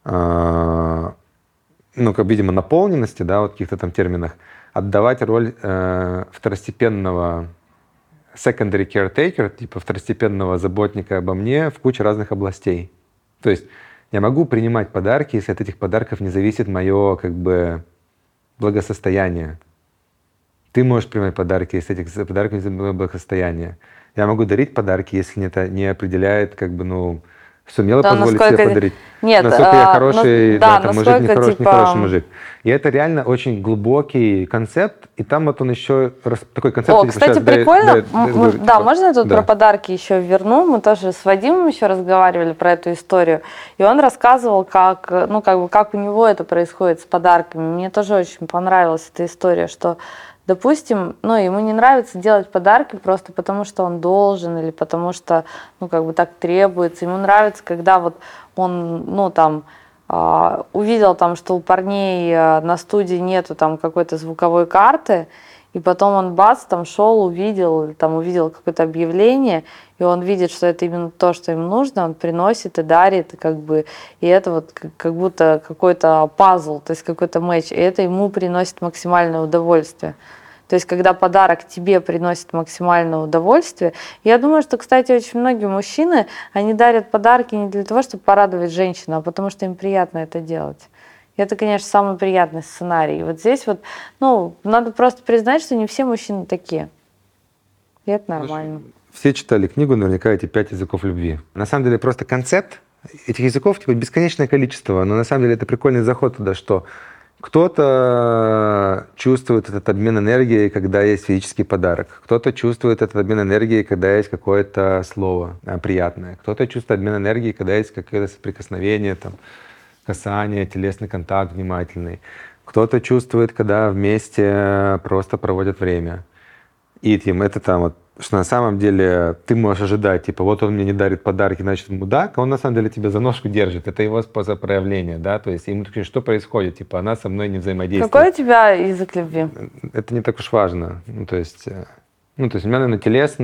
ну, как, видимо, наполненности, да, вот в каких-то там терминах, отдавать роль второстепенного secondary caretaker, типа второстепенного заботника обо мне в куче разных областей. То есть я могу принимать подарки, если от этих подарков не зависит мое как бы благосостояние. Ты можешь принимать подарки, если этих подарков не зависит мое благосостояние. Я могу дарить подарки, если это не определяет, как бы, ну, сумела позволить себе подарить. Нет, насколько я хороший, да, там, мужик, типа... нехороший мужик. И это реально очень глубокий концепт, и там вот он еще такой концепт... О, кстати, прикольно. Да, можно я тут про подарки еще верну? Мы тоже с Вадимом еще разговаривали про эту историю, и он рассказывал, как, ну, как бы, как у него это происходит с подарками. Мне тоже очень понравилась эта история, что, допустим, ну, ему не нравится делать подарки просто потому, что он должен или потому что, ну, как бы так требуется. Ему нравится, когда вот он, ну, там, увидел там, что у парней на студии нету там какой-то звуковой карты, и потом он бац, там шел, увидел какое-то объявление, и он видит, что это именно то, что им нужно, он приносит и дарит, и как бы, и это вот как будто какой-то пазл, то есть какой-то матч, и это ему приносит максимальное удовольствие. То есть, когда подарок тебе приносит максимальное удовольствие, я думаю, что, кстати, очень многие мужчины, они дарят подарки не для того, чтобы порадовать женщину, а потому что им приятно это делать. И это, конечно, самый приятный сценарий. И вот здесь вот, ну, надо просто признать, что не все мужчины такие. И это нормально. Все читали книгу наверняка эти 5 языков любви. На самом деле просто концепт этих языков типа бесконечное количество, но на самом деле это прикольный заход туда, что кто-то чувствует этот обмен энергией, когда есть физический подарок. Кто-то чувствует этот обмен энергией, когда есть какое-то слово приятное. Кто-то чувствует обмен энергией, когда есть какое-то соприкосновение, там, касание, телесный контакт внимательный. Кто-то чувствует, когда вместе просто проводят время. И это там вот, что на самом деле ты можешь ожидать, типа, вот он мне не дарит подарки, значит, мудак, а он на самом деле тебя за ножку держит. Это его способ проявления, да, то есть ему такие, что происходит, типа, она со мной не взаимодействует. Какой у тебя язык любви? Это не так уж важно. Ну, то есть у меня, наверное,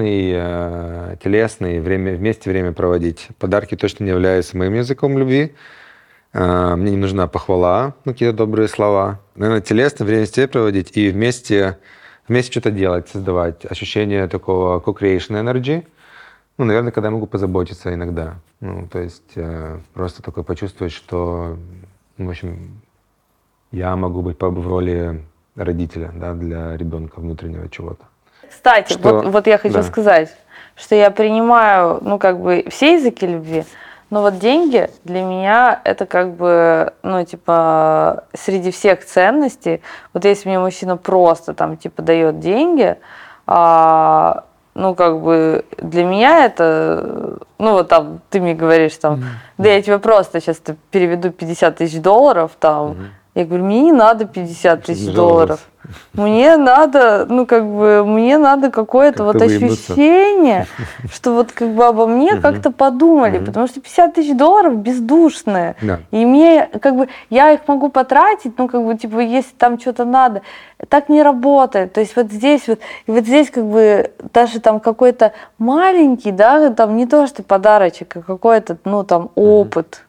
телесный, вместе время проводить. Подарки точно не являются моим языком любви. Мне не нужна похвала, какие-то добрые слова. Наверное, телесно время с тебе проводить и вместе что-то делать, создавать. Ощущение такого co-creation energy. Ну, наверное, когда я могу позаботиться иногда. Ну, то есть просто такое почувствовать, что, в общем, я могу быть в роли родителя, да, для ребенка внутреннего чего-то. Кстати, вот я хочу сказать, что я принимаю, ну, как бы, все языки любви, но вот деньги для меня это как бы, ну, типа, среди всех ценностей. Вот если мне мужчина просто там, типа, дает деньги, ну, как бы, для меня это, ну, вот там, ты мне говоришь, там, да я тебе просто сейчас переведу $50 000, там, я говорю, мне не надо $50 000. Мне надо, ну, как бы, мне надо какое-то вот ощущение, что вот как бы обо мне как-то подумали, потому что $50 000 бездушные. И мне, как бы, я их могу потратить, ну, как бы, типа, если там что-то надо. Так не работает. То есть вот здесь, как бы, даже там какой-то маленький, да, там не то, что подарочек, а какой-то, ну, там, опыт,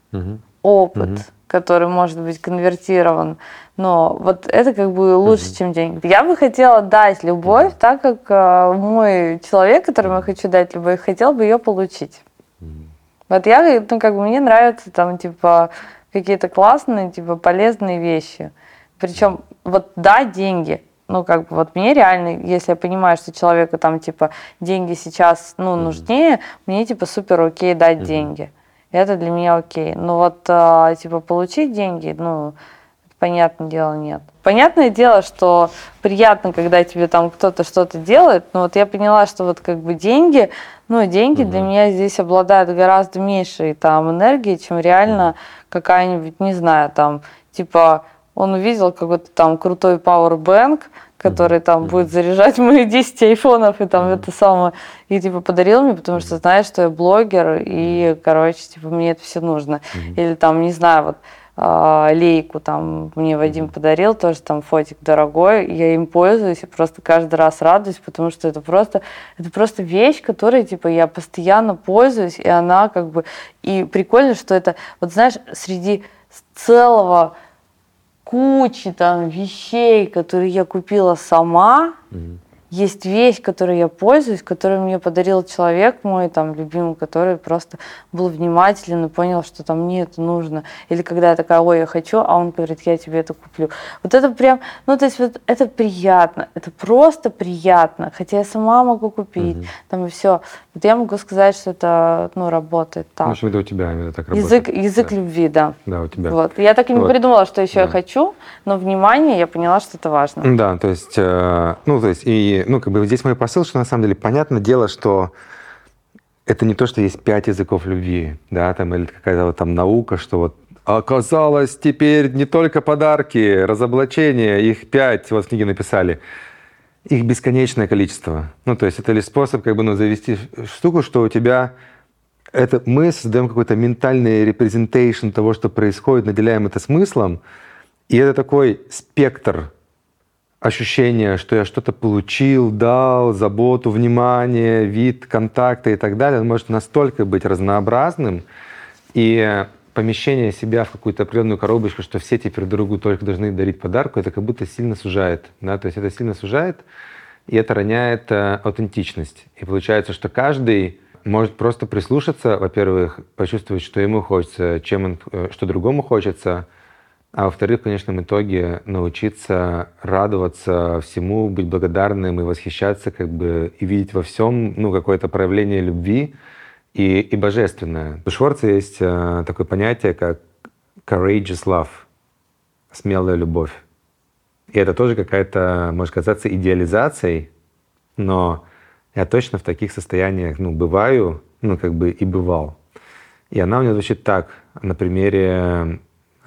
который может быть конвертирован. Но вот это как бы лучше, чем деньги. Я бы хотела дать любовь, так как мой человек, которому я хочу дать любовь, хотел бы ее получить. Вот я, ну, как бы, мне нравятся там, типа, какие-то классные, типа, полезные вещи. Причем, вот, да, деньги. Ну, как бы, вот мне реально, если я понимаю, что человеку там, типа, деньги сейчас, ну, нужнее, мне, типа, супер окей дать деньги. Это для меня окей. Но вот, типа, получить деньги, ну, понятное дело, нет. Понятное дело, что приятно, когда тебе там кто-то что-то делает, но вот я поняла, что вот как бы деньги, ну, деньги для меня здесь обладают гораздо меньшей там энергией, чем реально какая-нибудь, не знаю, там, типа, он увидел какой-то там крутой Powerbank, который там будет заряжать мои 10 айфонов, и там это самое, и типа подарил мне, потому что знает, что я блогер, и, короче, типа мне это все нужно. Или там, не знаю, вот лейку там мне Вадим подарил, тоже там фотик дорогой, я им пользуюсь и просто каждый раз радуюсь, потому что это просто вещь, которой типа я постоянно пользуюсь, и она как бы, и прикольно, что это, вот знаешь, среди целого кучи там вещей, которые я купила сама, есть вещь, которой я пользуюсь, которую мне подарил человек мой, там, любимый, который просто был внимателен и понял, что там мне это нужно. Или когда я такая, ой, я хочу, а он говорит, я тебе это куплю. Вот это прям, ну, то есть вот это приятно, это просто приятно, хотя я сама могу купить, там и все. Вот я могу сказать, что это, ну, работает так. В общем, это у тебя именно так работает. Язык любви, да. Да, у тебя. Вот. Я так и не придумала, что еще я хочу, но внимание, я поняла, что это важно. Да, то есть, как бы здесь мой посыл, что на самом деле, понятное дело, что это не то, что есть 5 языков любви, да, там, или какая-то вот там наука, что вот оказалось теперь не только подарки, разоблачения, их 5, вот в книге написали, их бесконечное количество. Ну, то есть это лишь способ как бы, ну, завести штуку, что у тебя это мы создаем какой-то ментальный репрезентейшн того, что происходит, наделяем это смыслом, и это такой спектр ощущения, что я что-то получил, дал, заботу, внимание, вид, контакты и так далее, он может настолько быть разнообразным, и помещение себя в какую-то определенную коробочку, что все теперь друг другу только должны дарить подарку, это как будто сильно сужает. Да? То есть это сильно сужает, и это роняет аутентичность. И получается, что каждый может просто прислушаться, во-первых, почувствовать, что ему хочется, что другому хочется, а во-вторых, в конечном итоге научиться радоваться всему, быть благодарным и восхищаться, как бы, и видеть во всем, ну, какое-то проявление любви и божественное. У Шворца есть такое понятие, как courageous love, смелая любовь. И это тоже какая-то, может казаться, идеализацией, но я точно в таких состояниях, ну, бываю, ну, как бы и бывал. И она у меня звучит так, на примере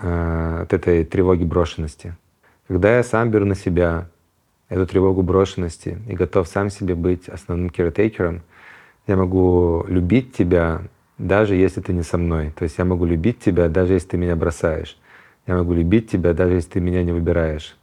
от этой тревоги брошенности. Когда я сам беру на себя эту тревогу брошенности и готов сам себе быть основным caretaker'ом, я могу любить тебя, даже если ты не со мной. То есть я могу любить тебя, даже если ты меня бросаешь. Я могу любить тебя, даже если ты меня не выбираешь.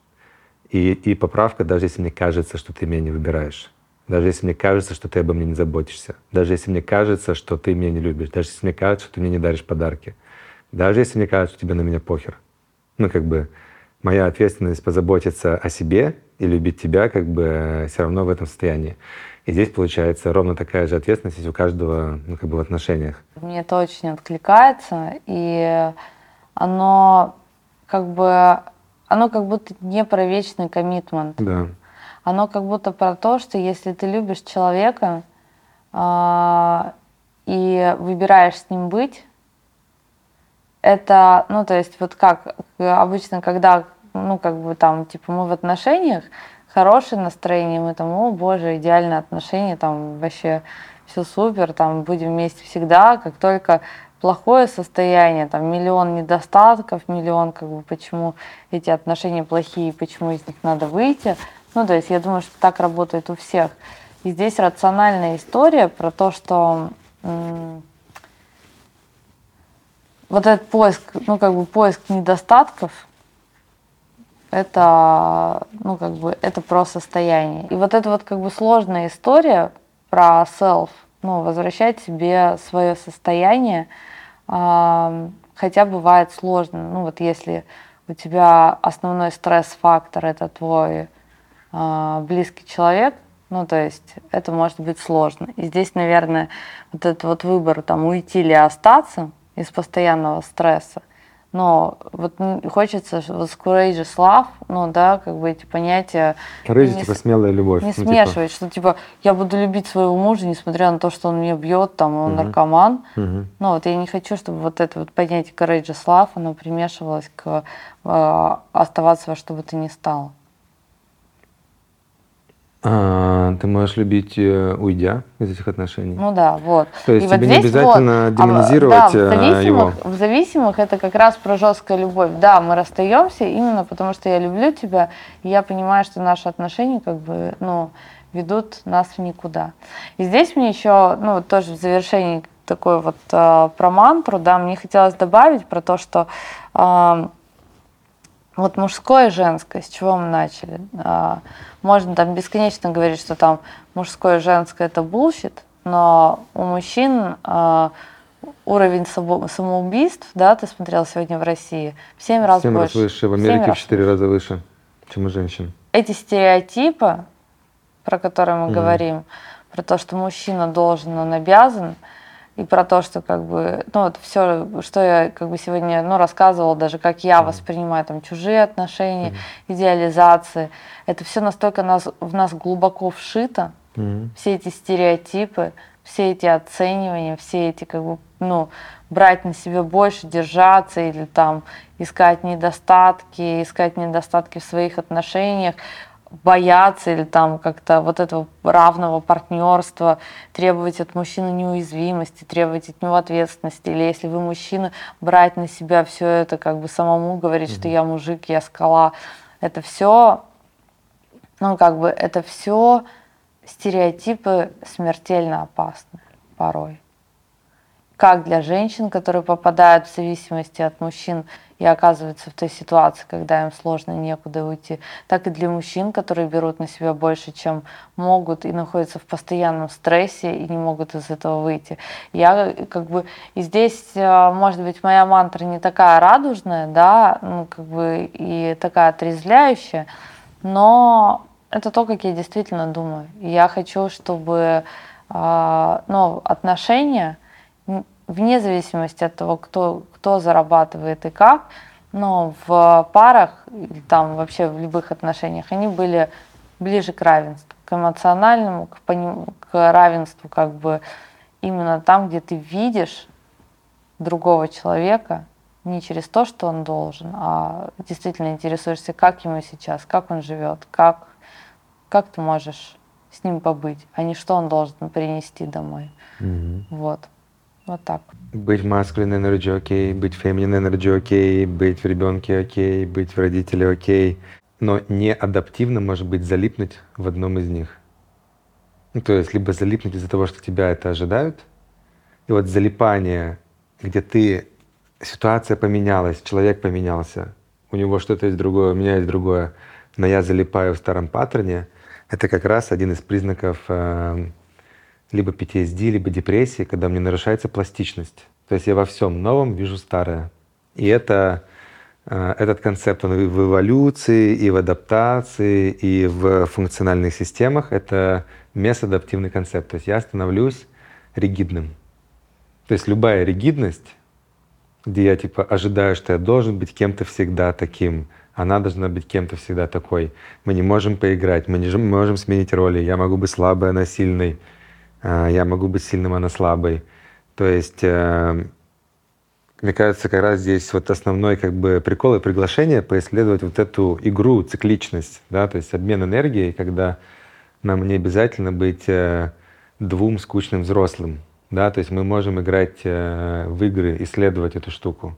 И поправка, даже если мне кажется, что ты меня не выбираешь. Даже если мне кажется, что ты обо мне не заботишься. Даже если мне кажется, что ты меня не любишь. Даже если мне кажется, что ты мне не даришь подарки. Даже если мне кажется, что тебе на меня похер. Ну, как бы, моя ответственность позаботиться о себе и любить тебя, как бы, все равно в этом состоянии. И здесь получается ровно такая же ответственность у каждого, ну, как бы, в отношениях. Мне это очень откликается, и оно как будто не про вечный коммитмент. Да. Оно как будто про то, что если ты любишь человека и выбираешь с ним быть, это, ну, то есть вот как обычно, когда, ну, как бы там, типа, мы в отношениях, хорошее настроение, мы там, о боже, идеальные отношения, там вообще все супер, там будем вместе всегда, как только плохое состояние, там миллион недостатков, миллион, как бы, почему эти отношения плохие, почему из них надо выйти. Ну, то есть я думаю, что так работает у всех. И здесь рациональная история про то, что вот этот поиск, ну, как бы поиск недостатков, это, ну, как бы, это про состояние. И вот эта вот, как бы, сложная история про self, ну, возвращать себе свое состояние, хотя бывает сложно. Ну, вот если у тебя основной стресс-фактор — это твой близкий человек, ну, то есть это может быть сложно. И здесь, наверное, вот этот вот выбор, там, уйти или остаться из постоянного стресса, но вот хочется вот courageous love, ну, да, как бы эти понятия... Courageous, типа, смелая любовь. Не смешивать, что, типа, я буду любить своего мужа, несмотря на то, что он меня бьет, там, он наркоман. Ну, вот я не хочу, чтобы вот это вот понятие courageous love, оно примешивалось к оставаться во что бы то ни стало. Ты можешь любить, уйдя из этих отношений. Ну да, вот. То есть И тебе вот не здесь обязательно вот, демонизировать да, его. в зависимых это как раз про жесткую любовь. Да, мы расстаемся именно потому, что я люблю тебя, и я понимаю, что наши отношения как бы, ну, ведут нас в никуда. И здесь мне еще, ну, вот тоже в завершении такой вот про мантру, да, мне хотелось добавить про то, что вот мужское и женское, с чего мы начали? Можно там бесконечно говорить, что там мужское и женское это bullshit, но у мужчин уровень самоубийств, да, ты смотрел сегодня в России, в 7 раз 7 раз больше. выше, в Америке в 4 раза выше, чем у женщин. Эти стереотипы, про которые мы говорим, про то, что мужчина должен, он обязан, и про то, что как бы, ну вот все, что я как бы сегодня, ну, рассказывала, даже как я воспринимаю там чужие отношения, идеализации, это все настолько в нас глубоко вшито, все эти стереотипы, все эти оценивания, все эти как бы, ну, брать на себя больше, держаться или там искать недостатки в своих отношениях, бояться или там как-то вот этого равного партнерства, требовать от мужчины неуязвимости, требовать от него ответственности. Или если вы мужчина, брать на себя все это, как бы самому говорить, что я мужик, я скала. Это все, ну как бы это все стереотипы смертельно опасны порой. Как для женщин, которые попадают в зависимости от мужчин и оказываются в той ситуации, когда им сложно, некуда уйти, так и для мужчин, которые берут на себя больше, чем могут, и находятся в постоянном стрессе и не могут из этого выйти. Я как бы и здесь, может быть, моя мантра не такая радужная, да, ну как бы и такая отрезвляющая, но это то, как я действительно думаю. И я хочу, чтобы ну, отношения, вне зависимости от того, кто зарабатывает и как, но в парах, или там вообще в любых отношениях, они были ближе к равенству, к эмоциональному, к равенству, как бы именно там, где ты видишь другого человека не через то, что он должен, а действительно интересуешься, как ему сейчас, как он живет, как ты можешь с ним побыть, а не что он должен принести домой. Вот. Вот так. Быть masculine energy окей, быть feminine energy окей, быть в ребенке окей, быть в родителе окей, но не адаптивно может быть залипнуть в одном из них. Ну, то есть либо залипнуть из-за того, что тебя это ожидают, и вот залипание, где ситуация поменялась, человек поменялся, у него что-то есть другое, у меня есть другое, но я залипаю в старом паттерне, это как раз один из признаков либо PTSD, либо депрессии, когда мне нарушается пластичность. То есть я во всем новом вижу старое. И этот концепт, он в эволюции, и в адаптации, и в функциональных системах — это месадаптивный концепт. То есть я становлюсь ригидным. То есть любая ригидность, где я типа ожидаю, что я должен быть кем-то всегда таким, она должна быть кем-то всегда такой. Мы не можем поиграть, мы не можем сменить роли. Я могу быть слабой, она сильной. Я могу быть сильным, она слабой. То есть, мне кажется, как раз здесь вот основной как бы прикол и приглашение поисследовать вот эту игру, цикличность, да, то есть обмен энергией, когда нам не обязательно быть двум скучным взрослым, да, то есть мы можем играть в игры, исследовать эту штуку.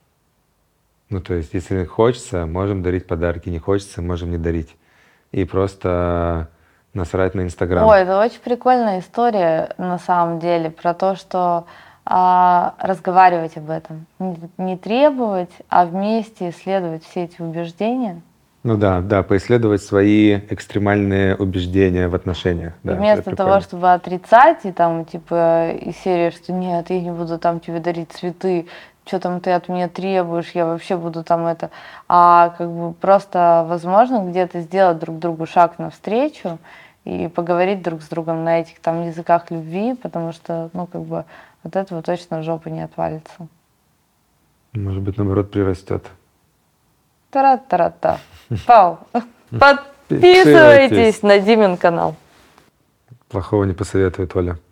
Ну, то есть, если хочется, можем дарить подарки, не хочется, можем не дарить. И просто насрать на Инстаграм. Ой, это очень прикольная история на самом деле про то, что разговаривать об этом, не требовать, а вместе исследовать все эти убеждения. Ну да, поисследовать свои экстремальные убеждения в отношениях. И да, вместо того, чтобы отрицать и там типа из серии, что нет, я не буду там тебе дарить цветы, что там ты от меня требуешь, я вообще буду там это, а как бы просто возможно где-то сделать друг другу шаг навстречу и поговорить друг с другом на этих там языках любви, потому что, ну, как бы от этого точно жопа не отвалится. Может быть, наоборот, прирастет. Тара-тара-та. Пау. Подписывайтесь на Димин канал. Плохого не посоветует, Оля.